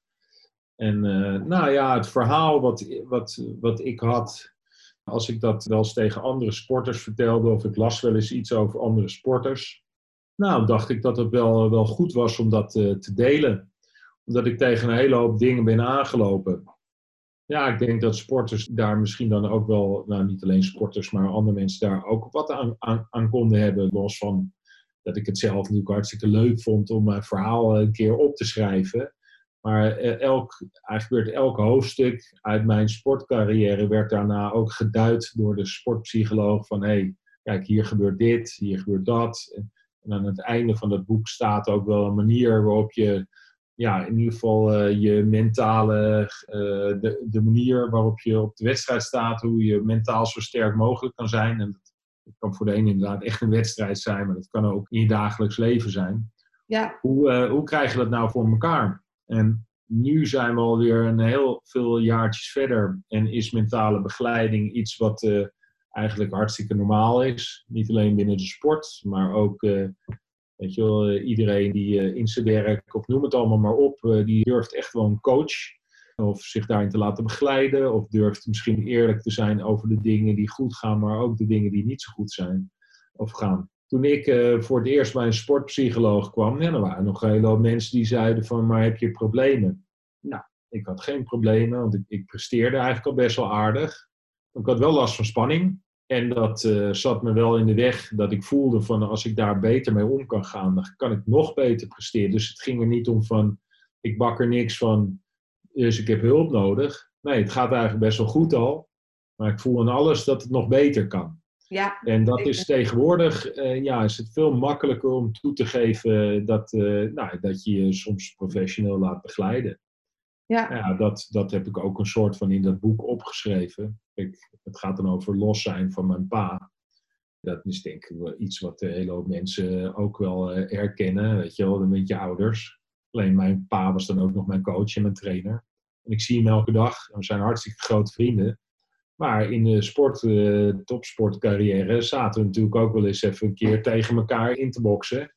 En uh, nou ja, het verhaal wat, wat, wat ik had, als ik dat wel eens tegen andere sporters vertelde, of ik las wel eens iets over andere sporters, nou dacht ik dat het wel, wel goed was om dat uh, te delen. Omdat ik tegen een hele hoop dingen ben aangelopen. Ja, ik denk dat sporters daar misschien dan ook wel, nou niet alleen sporters, maar andere mensen daar ook wat aan, aan, aan konden hebben. Los van dat ik het zelf natuurlijk hartstikke leuk vond om mijn verhaal een keer op te schrijven. Maar elk, eigenlijk werd elk hoofdstuk uit mijn sportcarrière werd daarna ook geduid door de sportpsycholoog van hé, hey, kijk hier gebeurt dit, hier gebeurt dat. En aan het einde van dat boek staat ook wel een manier waarop je, ja, in ieder geval uh, je mentale, uh, de, de manier waarop je op de wedstrijd staat, hoe je mentaal zo sterk mogelijk kan zijn. En dat, dat kan voor de ene inderdaad echt een wedstrijd zijn, maar dat kan ook in je dagelijks leven zijn. Ja. Hoe, uh, hoe krijg je dat nou voor elkaar? En nu zijn we alweer een heel veel jaartjes verder en is mentale begeleiding iets wat uh, eigenlijk hartstikke normaal is. Niet alleen binnen de sport, maar ook uh, weet je wel, uh, iedereen die uh, in zijn werk, of noem het allemaal maar op, uh, die durft echt wel een coach of zich daarin te laten begeleiden of durft misschien eerlijk te zijn over de dingen die goed gaan, maar ook de dingen die niet zo goed zijn of gaan. Toen ik uh, voor het eerst bij een sportpsycholoog kwam, ja, er waren nog een hele hoop mensen die zeiden van, maar heb je problemen? Nou, ik had geen problemen, want ik, ik presteerde eigenlijk al best wel aardig. Ik had wel last van spanning en dat uh, zat me wel in de weg dat ik voelde van, als ik daar beter mee om kan gaan, dan kan ik nog beter presteren. Dus het ging er niet om van, ik bak er niks van, dus ik heb hulp nodig. Nee, het gaat eigenlijk best wel goed al, maar ik voel aan alles dat het nog beter kan. Ja, en dat is tegenwoordig, uh, ja, is het veel makkelijker om toe te geven dat, uh, nou, dat je je soms professioneel laat begeleiden. Ja. Ja, dat, dat heb ik ook een soort van in dat boek opgeschreven. Kijk, het gaat dan over los zijn van mijn pa. Dat is denk ik wel iets wat een hele hoop mensen ook wel uh, herkennen, weet je wel, met je ouders. Alleen mijn pa was dan ook nog mijn coach en mijn trainer. En ik zie hem elke dag, we zijn hartstikke grote vrienden. Maar in de sport, uh, topsportcarrière zaten we natuurlijk ook wel eens even een keer tegen elkaar in te boksen.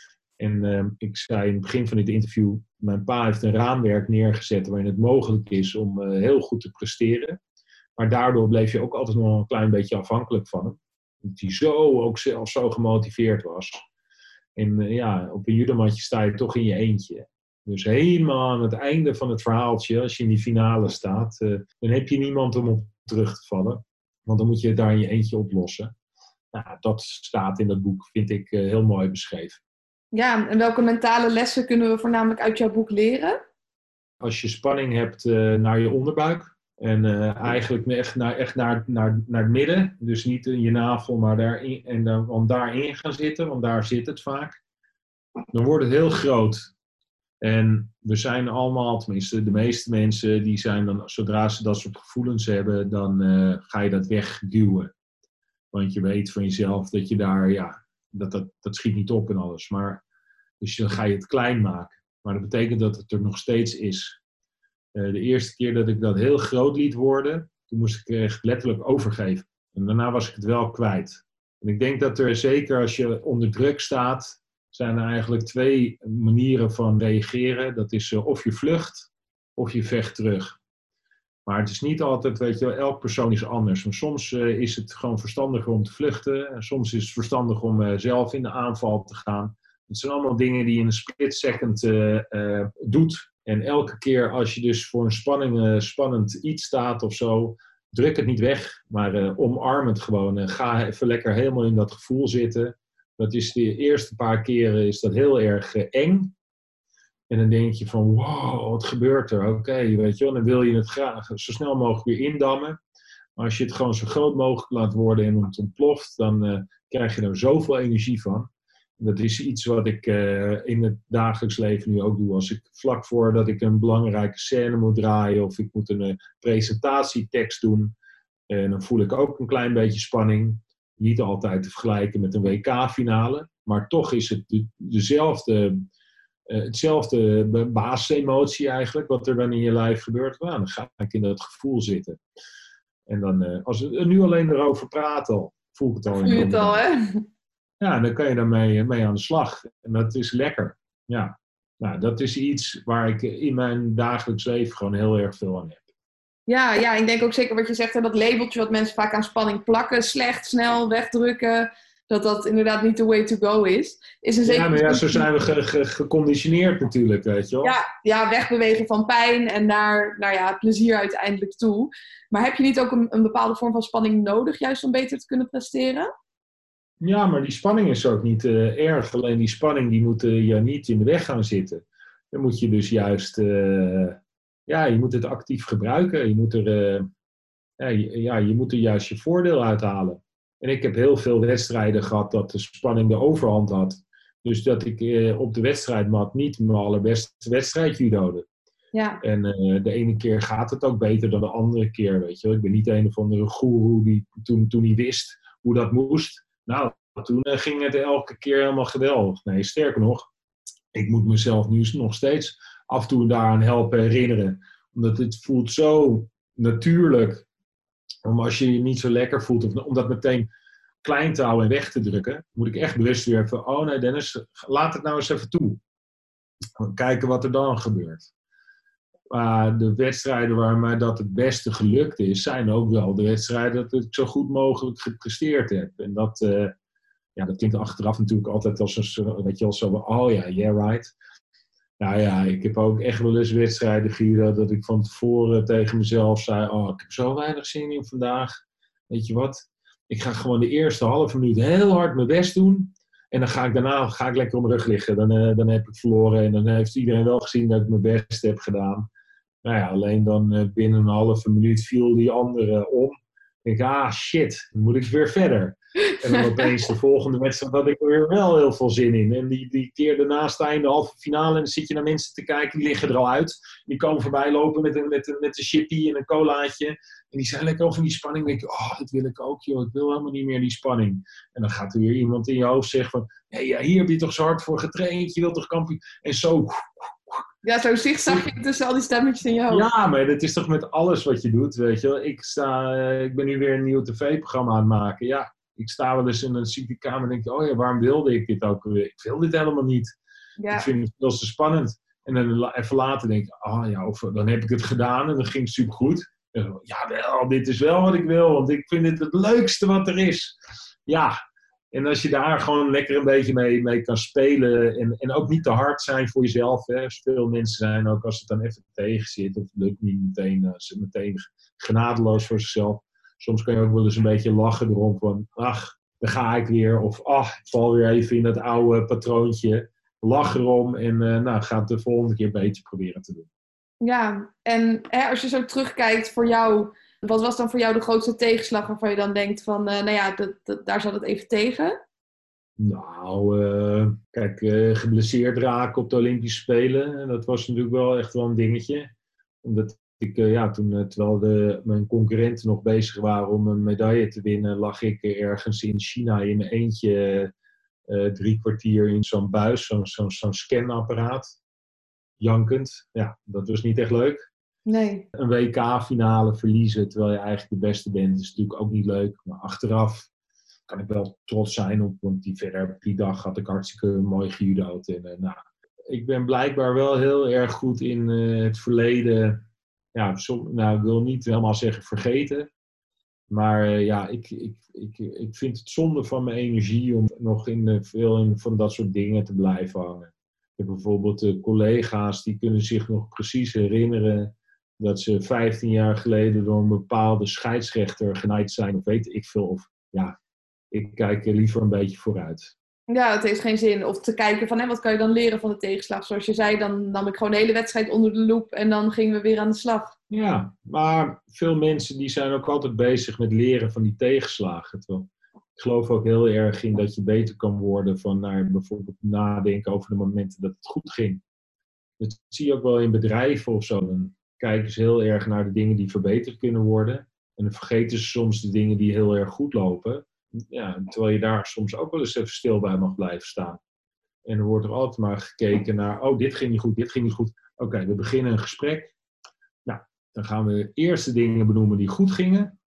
En uh, ik zei in het begin van dit interview, mijn pa heeft een raamwerk neergezet waarin het mogelijk is om uh, heel goed te presteren. Maar daardoor bleef je ook altijd nog een klein beetje afhankelijk van hem. Omdat hij zo, ook zelf zo gemotiveerd was. En uh, ja, op een judomatje sta je toch in je eentje. Dus helemaal aan het einde van het verhaaltje, als je in die finale staat, uh, dan heb je niemand om op terug te vallen. Want dan moet je het daar in je eentje oplossen. Nou, dat staat in dat boek, vind ik, uh, heel mooi beschreven. Ja, en welke mentale lessen kunnen we voornamelijk uit jouw boek leren? Als je spanning hebt uh, naar je onderbuik. En uh, eigenlijk echt, naar, echt naar, naar, naar het midden. Dus niet in je navel, maar daarin, en dan, dan daarin gaan zitten. Want daar zit het vaak. Dan wordt het heel groot. En we zijn allemaal, tenminste de meeste mensen, die zijn dan, zodra ze dat soort gevoelens hebben, dan uh, ga je dat wegduwen. Want je weet van jezelf dat je daar, ja, dat, dat, dat schiet niet op en alles. Maar, dus dan ga je het klein maken. Maar dat betekent dat het er nog steeds is. Uh, de eerste keer dat ik dat heel groot liet worden, toen moest ik echt letterlijk overgeven. En daarna was ik het wel kwijt. En ik denk dat er zeker als je onder druk staat, zijn er eigenlijk twee manieren van reageren. Dat is uh, of je vlucht of je vecht terug. Maar het is niet altijd, weet je wel, elk persoon is anders. Maar soms uh, is het gewoon verstandiger om te vluchten. En soms is het verstandig om uh, zelf in de aanval te gaan. Het zijn allemaal dingen die je in een split second uh, uh, doet. En elke keer als je dus voor een spanning, uh, spannend iets staat of zo, druk het niet weg, maar uh, omarm het gewoon. Uh, ga even lekker helemaal in dat gevoel zitten. Dat is de eerste paar keren is dat heel erg uh, eng. En dan denk je van, wow, wat gebeurt er? Oké, okay, weet je wel. Dan wil je het graag zo snel mogelijk weer indammen. Maar als je het gewoon zo groot mogelijk laat worden en het ontploft, dan uh, krijg je er zoveel energie van. En dat is iets wat ik uh, in het dagelijks leven nu ook doe. Als ik vlak voordat ik een belangrijke scène moet draaien of ik moet een uh, presentatietekst doen, en dan voel ik ook een klein beetje spanning. Niet altijd te vergelijken met een W K-finale, maar toch is het de, dezelfde... Uh, hetzelfde basisemotie eigenlijk, wat er dan in je lijf gebeurt. Nou, dan ga ik in dat gevoel zitten. En dan, uh, als we nu alleen erover praten, al, voel ik het al. Voel je het al, hè? Ja, dan kan je daarmee mee aan de slag. En dat is lekker. Ja. Nou, dat is iets waar ik in mijn dagelijks leven gewoon heel erg veel aan heb. Ja, ja, ik denk ook zeker wat je zegt, hè, dat labeltje wat mensen vaak aan spanning plakken, slecht, snel, wegdrukken, dat dat inderdaad niet the way to go is. is een ja, maar ja, zo zijn we ge- ge- geconditioneerd natuurlijk, weet je wel. Ja, ja, wegbewegen van pijn en naar nou ja, plezier uiteindelijk toe. Maar heb je niet ook een, een bepaalde vorm van spanning nodig, juist om beter te kunnen presteren? Ja, maar die spanning is ook niet uh, erg. Alleen die spanning die moet uh, je niet in de weg gaan zitten. Dan moet je dus juist... Uh, ja, je moet het actief gebruiken. Je moet er, uh, ja, je, ja, je moet er juist je voordeel uithalen. En ik heb heel veel wedstrijden gehad dat de spanning de overhand had. Dus dat ik uh, op de wedstrijdmat niet mijn allerbeste wedstrijd judode. Ja. En uh, de ene keer gaat het ook beter dan de andere keer, weet je wel. Ik ben niet een of andere goeroe die toen, toen hij wist hoe dat moest. Nou, toen uh, ging het elke keer helemaal geweldig. Nee, sterker nog, ik moet mezelf nu nog steeds af en toe daaraan helpen herinneren. Omdat het voelt zo natuurlijk. Om als je je niet zo lekker voelt, of om dat meteen klein te houden en weg te drukken, moet ik echt bewust weer even, oh nee Dennis, laat het nou eens even toe. Kijken wat er dan gebeurt. Maar de wedstrijden waar mij dat het beste gelukt is, zijn ook wel de wedstrijden dat ik zo goed mogelijk gepresteerd heb. En dat, uh, ja, dat klinkt achteraf natuurlijk altijd als een, weet je wel, zo van, oh ja, yeah right. Nou ja, ik heb ook echt wel eens wedstrijden gehad dat ik van tevoren tegen mezelf zei, oh, ik heb zo weinig zin in vandaag. Weet je wat? Ik ga gewoon de eerste halve minuut heel hard mijn best doen. En dan ga ik daarna ga ik lekker op mijn rug liggen. Dan, uh, dan heb ik verloren en dan heeft iedereen wel gezien dat ik mijn best heb gedaan. Nou ja, alleen dan uh, binnen een halve minuut viel die andere om. Ik denk, ah shit, dan moet ik weer verder. En dan opeens de volgende wedstrijd had ik er weer wel heel veel zin in. En die, die keer daarna sta je in de halve finale en dan zit je naar mensen te kijken, die liggen er al uit. Die komen voorbij lopen met een, met een, met een chippy en een colaatje. En die zijn lekker over die spanning. Dan denk je, oh, dat wil ik ook, joh. Ik wil helemaal niet meer die spanning. En dan gaat er weer iemand in je hoofd zeggen van, hé, ja, hier heb je toch zo hard voor getraind, je wilt toch kampioen. En zo... Ja, zo zigzag je tussen al die stemmetjes in je hoofd. Ja, maar dat is toch met alles wat je doet, weet je wel. Ik, sta, uh, ik ben nu weer een nieuw tv-programma aan het maken. Ja, ik sta wel eens in een ziekenkamer en denk, oh ja, waarom wilde ik dit ook weer? Ik wil dit helemaal niet. Ja. Ik vind het veel te spannend. En dan even later denk ik, oh ja, of dan heb ik het gedaan en dan ging het supergoed. En, ja, wel, dit is wel wat ik wil, want ik vind dit het leukste wat er is. Ja, en als je daar gewoon lekker een beetje mee, mee kan spelen en, en ook niet te hard zijn voor jezelf. Hè. Veel mensen zijn ook als het dan even tegen zit of het lukt niet meteen, ze meteen genadeloos voor zichzelf. Soms kan je ook wel eens een beetje lachen erom van, ach, daar ga ik weer. Of, ach, ik val weer even in dat oude patroontje. Lach erom en uh, nou, ga het de volgende keer beter proberen te doen. Ja, en hè, als je zo terugkijkt voor jou, wat was dan voor jou de grootste tegenslag waarvan je dan denkt van, uh, nou ja, dat, dat, daar zat het even tegen? Nou, uh, kijk, uh, geblesseerd raken op de Olympische Spelen. En dat was natuurlijk wel echt wel een dingetje. Omdat ik, uh, ja, toen, uh, terwijl de, mijn concurrenten nog bezig waren om een medaille te winnen, lag ik ergens in China in mijn eentje uh, drie kwartier in zo'n buis, zo'n, zo'n, zo'n scanapparaat. Jankend. Ja, dat was niet echt leuk. Nee. Een W K-finale verliezen terwijl je eigenlijk de beste bent is natuurlijk ook niet leuk. Maar achteraf kan ik wel trots zijn op, want die verder die dag had ik hartstikke mooi gejudo'd. En uh, nou, ik ben blijkbaar wel heel erg goed in uh, het verleden. Ja, som, nou, ik wil niet helemaal zeggen vergeten. Maar uh, ja, ik, ik, ik, ik vind het zonde van mijn energie om nog in uh, veel in, van dat soort dingen te blijven hangen. Ik heb bijvoorbeeld uh, collega's die kunnen zich nog precies herinneren dat ze vijftien jaar geleden door een bepaalde scheidsrechter genaaid zijn. Of weet ik veel. Of ja, ik kijk liever een beetje vooruit. Ja, het heeft geen zin. Of te kijken van, hè, wat kan je dan leren van de tegenslag? Zoals je zei, dan nam ik gewoon de hele wedstrijd onder de loep en dan gingen we weer aan de slag. Ja, maar veel mensen die zijn ook altijd bezig met leren van die tegenslagen. Terwijl ik geloof ook heel erg in dat je beter kan worden van naar bijvoorbeeld nadenken over de momenten dat het goed ging. Dat zie je ook wel in bedrijven of zo. Dan kijken ze heel erg naar de dingen die verbeterd kunnen worden. En dan vergeten ze soms de dingen die heel erg goed lopen. Ja, terwijl je daar soms ook wel eens even stil bij mag blijven staan. En er wordt er altijd maar gekeken naar, oh, dit ging niet goed, dit ging niet goed. Oké, okay, we beginnen een gesprek. Nou, dan gaan we eerst de dingen benoemen die goed gingen.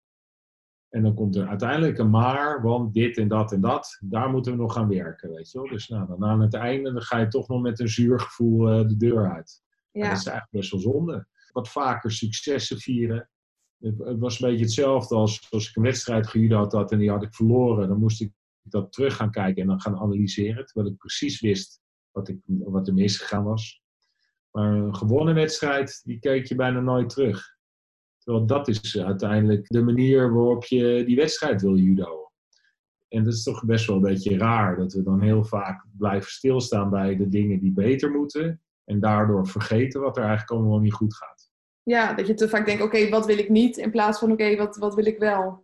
En dan komt er uiteindelijk een maar, want dit en dat en dat, daar moeten we nog gaan werken, weet je wel. Dus nou, dan aan het einde dan ga je toch nog met een zuur gevoel uh, de deur uit. Ja. Dat is eigenlijk best wel zonde. Wat vaker successen vieren. Het was een beetje hetzelfde als als ik een wedstrijd gejudo'd had en die had ik verloren. Dan moest ik dat terug gaan kijken en dan gaan analyseren. Terwijl ik precies wist wat, ik, wat er misgegaan was. Maar een gewonnen wedstrijd, die keek je bijna nooit terug. Terwijl dat is uiteindelijk de manier waarop je die wedstrijd wil judo'en. En dat is toch best wel een beetje raar. Dat we dan heel vaak blijven stilstaan bij de dingen die beter moeten. En daardoor vergeten wat er eigenlijk allemaal niet goed gaat. Ja, dat je te vaak denkt, oké, okay, wat wil ik niet? In plaats van, oké, okay, wat, wat wil ik wel?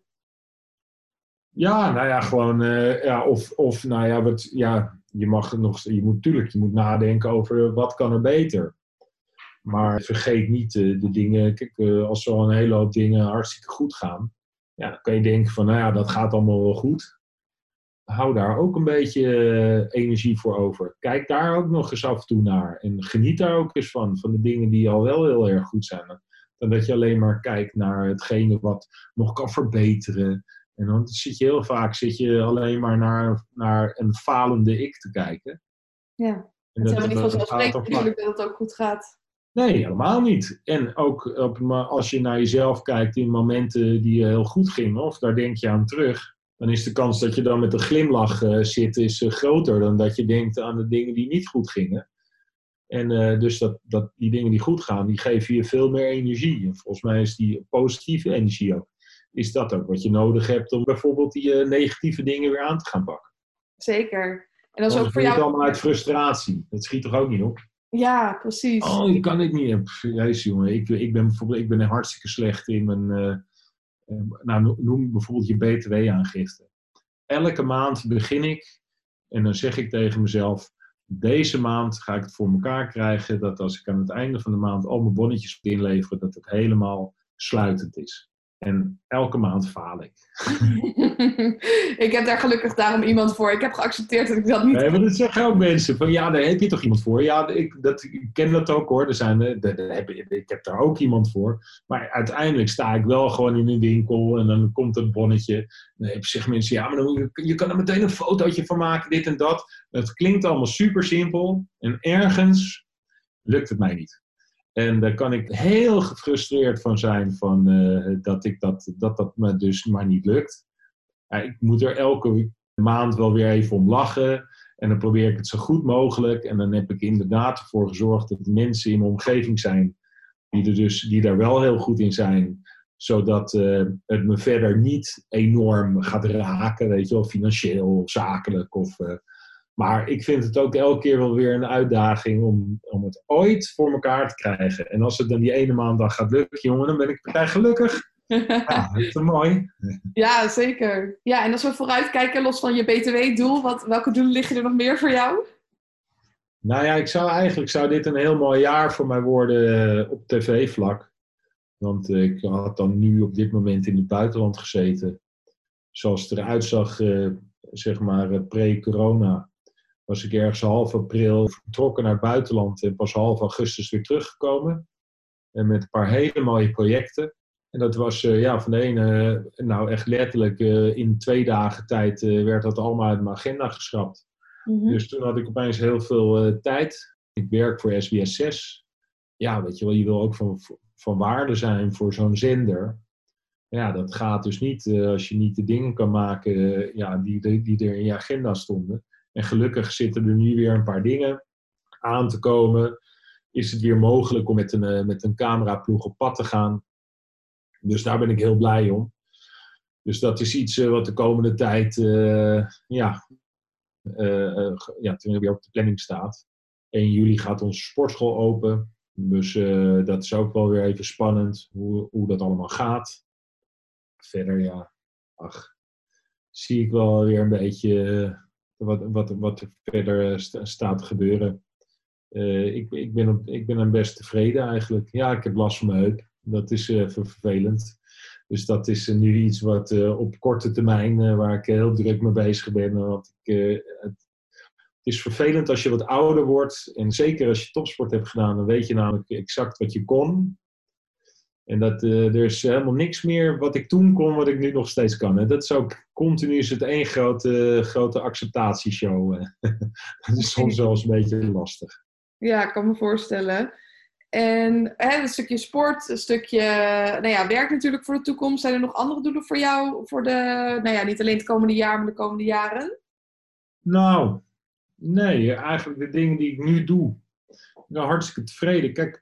Ja, nou ja, gewoon, uh, ja, of, of, nou ja, wat, ja, je mag nog, je moet natuurlijk, je moet nadenken over wat kan er beter. Maar vergeet niet uh, de dingen, kijk, uh, als zo een hele hoop dingen hartstikke goed gaan, ja, dan kan je denken van, nou ja, dat gaat allemaal wel goed. Hou daar ook een beetje uh, energie voor over. Kijk daar ook nog eens af en toe naar. En geniet daar ook eens van, van de dingen die al wel heel erg goed zijn. Dan dat je alleen maar kijkt naar hetgene wat nog kan verbeteren. En dan zit je heel vaak zit je alleen maar naar, naar een falende ik te kijken. Ja, en het is helemaal niet vanzelfsprekend natuurlijk dat het ook goed gaat. Nee, helemaal niet. En ook op, als je naar jezelf kijkt in momenten die heel goed gingen, of daar denk je aan terug, dan is de kans dat je dan met een glimlach uh, zit is, uh, groter dan dat je denkt aan de dingen die niet goed gingen. En uh, dus dat, dat die dingen die goed gaan, die geven je veel meer energie. En volgens mij is die positieve energie ook. Is dat ook wat je nodig hebt om bijvoorbeeld die uh, negatieve dingen weer aan te gaan pakken. Zeker. En dat is ook voor jou... jou... allemaal uit frustratie. Dat schiet toch ook niet op? Ja, precies. Oh, ik kan het niet. Pff, jezus, jongen. Ik, ik ben bijvoorbeeld ik ben hartstikke slecht in mijn... Uh, uh, nou, noem bijvoorbeeld je B T W-aangifte. Elke maand begin ik en dan zeg ik tegen mezelf... Deze maand ga ik het voor elkaar krijgen dat als ik aan het einde van de maand al mijn bonnetjes inlever, dat het helemaal sluitend is. En elke maand faal ik. Ik heb daar gelukkig daarom iemand voor. Ik heb geaccepteerd dat ik dat niet... Nee, maar dat zeggen ook mensen. Van, ja, daar heb je toch iemand voor? Ja, ik, dat, ik ken dat ook hoor. Er zijn, de, de, de, heb, ik heb daar ook iemand voor. Maar uiteindelijk sta ik wel gewoon in een winkel en dan komt het bonnetje. Dan zeggen mensen, ja, maar dan, je kan er meteen een fotootje van maken, dit en dat. Het klinkt allemaal super simpel. En ergens lukt het mij niet. En daar kan ik heel gefrustreerd van zijn van, uh, dat, ik dat, dat dat me dus maar niet lukt. Ja, ik moet er elke maand wel weer even om lachen. En dan probeer ik het zo goed mogelijk. En dan heb ik inderdaad ervoor gezorgd dat de mensen in mijn omgeving zijn die er dus die daar wel heel goed in zijn. Zodat uh, het me verder niet enorm gaat raken, weet je wel, financieel of zakelijk. Of, uh, maar ik vind het ook elke keer wel weer een uitdaging om, om het ooit voor elkaar te krijgen. En als het dan die ene maandag gaat lukken, jongen, dan ben ik partij gelukkig. Ja, dat is mooi. Ja, zeker. Ja, en als we vooruitkijken, los van je B T W-doel, wat, welke doelen liggen er nog meer voor jou? Nou ja, ik zou eigenlijk zou dit een heel mooi jaar voor mij worden uh, op tv-vlak. Want uh, ik had dan nu op dit moment in het buitenland gezeten. Zoals het eruit zag, uh, zeg maar, uh, pre-corona, was ik ergens half april vertrokken naar het buitenland en pas half augustus weer teruggekomen. En met een paar hele mooie projecten. En dat was uh, ja, van de ene, uh, nou echt letterlijk uh, in twee dagen tijd uh, werd dat allemaal uit mijn agenda geschrapt. Mm-hmm. Dus toen had ik opeens heel veel uh, tijd. Ik werk voor S B S zes. Ja, weet je wel, je wil ook van, van waarde zijn voor zo'n zender. Ja, dat gaat dus niet uh, als je niet de dingen kan maken uh, ja, die, die er in je agenda stonden. En gelukkig zitten er nu weer een paar dingen aan te komen. Is het weer mogelijk om met een, uh, met een cameraploeg op pad te gaan. Dus daar ben ik heel blij om. Dus dat is iets uh, wat de komende tijd uh, ja, uh, uh, ja, toen weer op de planning staat. één juli gaat onze sportschool open. Dus uh, dat is ook wel weer even spannend hoe, hoe dat allemaal gaat. Verder, ja, ach, zie ik wel weer een beetje uh, wat, wat, wat er verder st- staat te gebeuren. Uh, ik, ik, ben op, ik ben dan best tevreden eigenlijk. Ja, ik heb last van mijn heup. Dat is uh, vervelend. Dus dat is uh, nu iets wat uh, op korte termijn, uh, waar ik heel druk mee bezig ben. Want ik, uh, het, het is vervelend als je wat ouder wordt. En zeker als je topsport hebt gedaan, dan weet je namelijk exact wat je kon. En dat, uh, er is helemaal niks meer wat ik toen kon, wat ik nu nog steeds kan. En dat is ook continu is het één grote, grote acceptatieshow. Dat is soms wel eens een beetje lastig. Ja, ik kan me voorstellen. En hè, een stukje sport, een stukje nou ja, werk natuurlijk voor de toekomst. Zijn er nog andere doelen voor jou? Voor de, nou ja, niet alleen het komende jaar, maar de komende jaren? Nou, nee. Eigenlijk de dingen die ik nu doe. Nou, hartstikke tevreden. Kijk,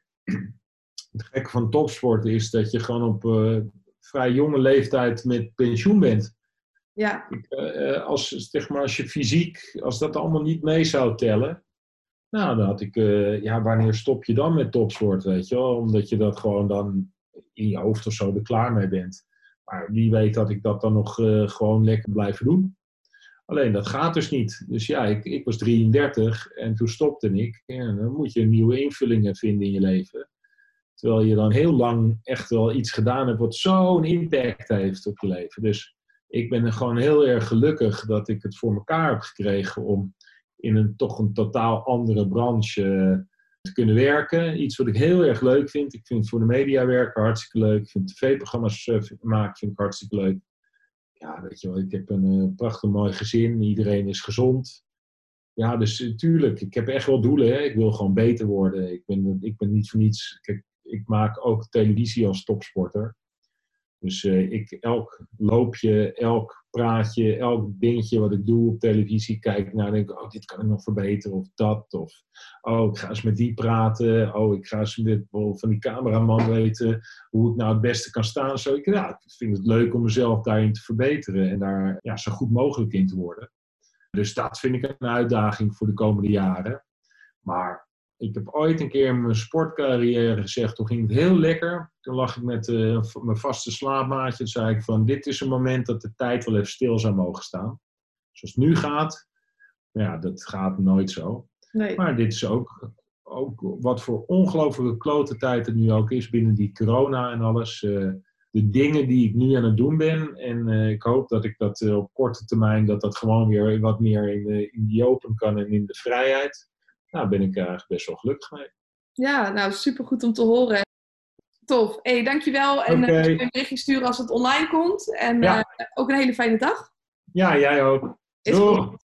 het gekke van topsport is dat je gewoon op uh, vrij jonge leeftijd met pensioen bent. Ja. Ik, uh, als, zeg maar, als je fysiek, als dat allemaal niet mee zou tellen. Nou, dan had ik, uh, ja, wanneer stop je dan met topsport, weet je wel? Omdat je dat gewoon dan in je hoofd of zo er klaar mee bent. Maar wie weet dat ik dat dan nog uh, gewoon lekker blijf doen. Alleen, dat gaat dus niet. Dus ja, ik, ik was drieëndertig en toen stopte ik. En dan moet je een nieuwe invullingen vinden in je leven. Terwijl je dan heel lang echt wel iets gedaan hebt wat zo'n impact heeft op je leven. Dus ik ben gewoon heel erg gelukkig dat ik het voor elkaar heb gekregen om in een toch een totaal andere branche uh, te kunnen werken. Iets wat ik heel erg leuk vind. Ik vind voor de media werken hartstikke leuk. Ik vind tv-programma's uh, maken vind ik hartstikke leuk. Ja, weet je wel, ik heb een uh, prachtig mooi gezin. Iedereen is gezond. Ja, dus uh, tuurlijk, ik heb echt wel doelen. Hè. Ik wil gewoon beter worden. Ik ben, ik ben niet voor niets. Kijk, ik maak ook televisie als topsporter. Dus uh, ik, elk loopje, elk praatje, elk dingetje wat ik doe op televisie, kijk naar en denk ik, oh, dit kan ik nog verbeteren of dat. Of, oh, ik ga eens met die praten. Oh, ik ga eens met, van die cameraman weten hoe ik nou het beste kan staan. Zo, ik, ja, ik vind het leuk om mezelf daarin te verbeteren en daar ja, zo goed mogelijk in te worden. Dus dat vind ik een uitdaging voor de komende jaren. Maar ik heb ooit een keer in mijn sportcarrière gezegd, toen ging het heel lekker. Toen lag ik met uh, mijn vaste slaapmaatje. Toen zei ik van, dit is een moment dat de tijd wel even stil zou mogen staan. Zoals het nu gaat, ja, dat gaat nooit zo. Nee. Maar dit is ook, ook wat voor ongelooflijke klote tijd het nu ook is binnen die corona en alles. Uh, de dingen die ik nu aan het doen ben. En uh, ik hoop dat ik dat uh, op korte termijn, dat dat gewoon weer wat meer in, uh, in die open kan en in de vrijheid. Nou, ben ik eigenlijk best wel gelukkig mee. Ja, nou, supergoed om te horen. Tof. Hé, hey, dankjewel. En okay. uh, een berichtje sturen als het online komt. En ja. uh, ook een hele fijne dag. Ja, jij ook. Is Doeg!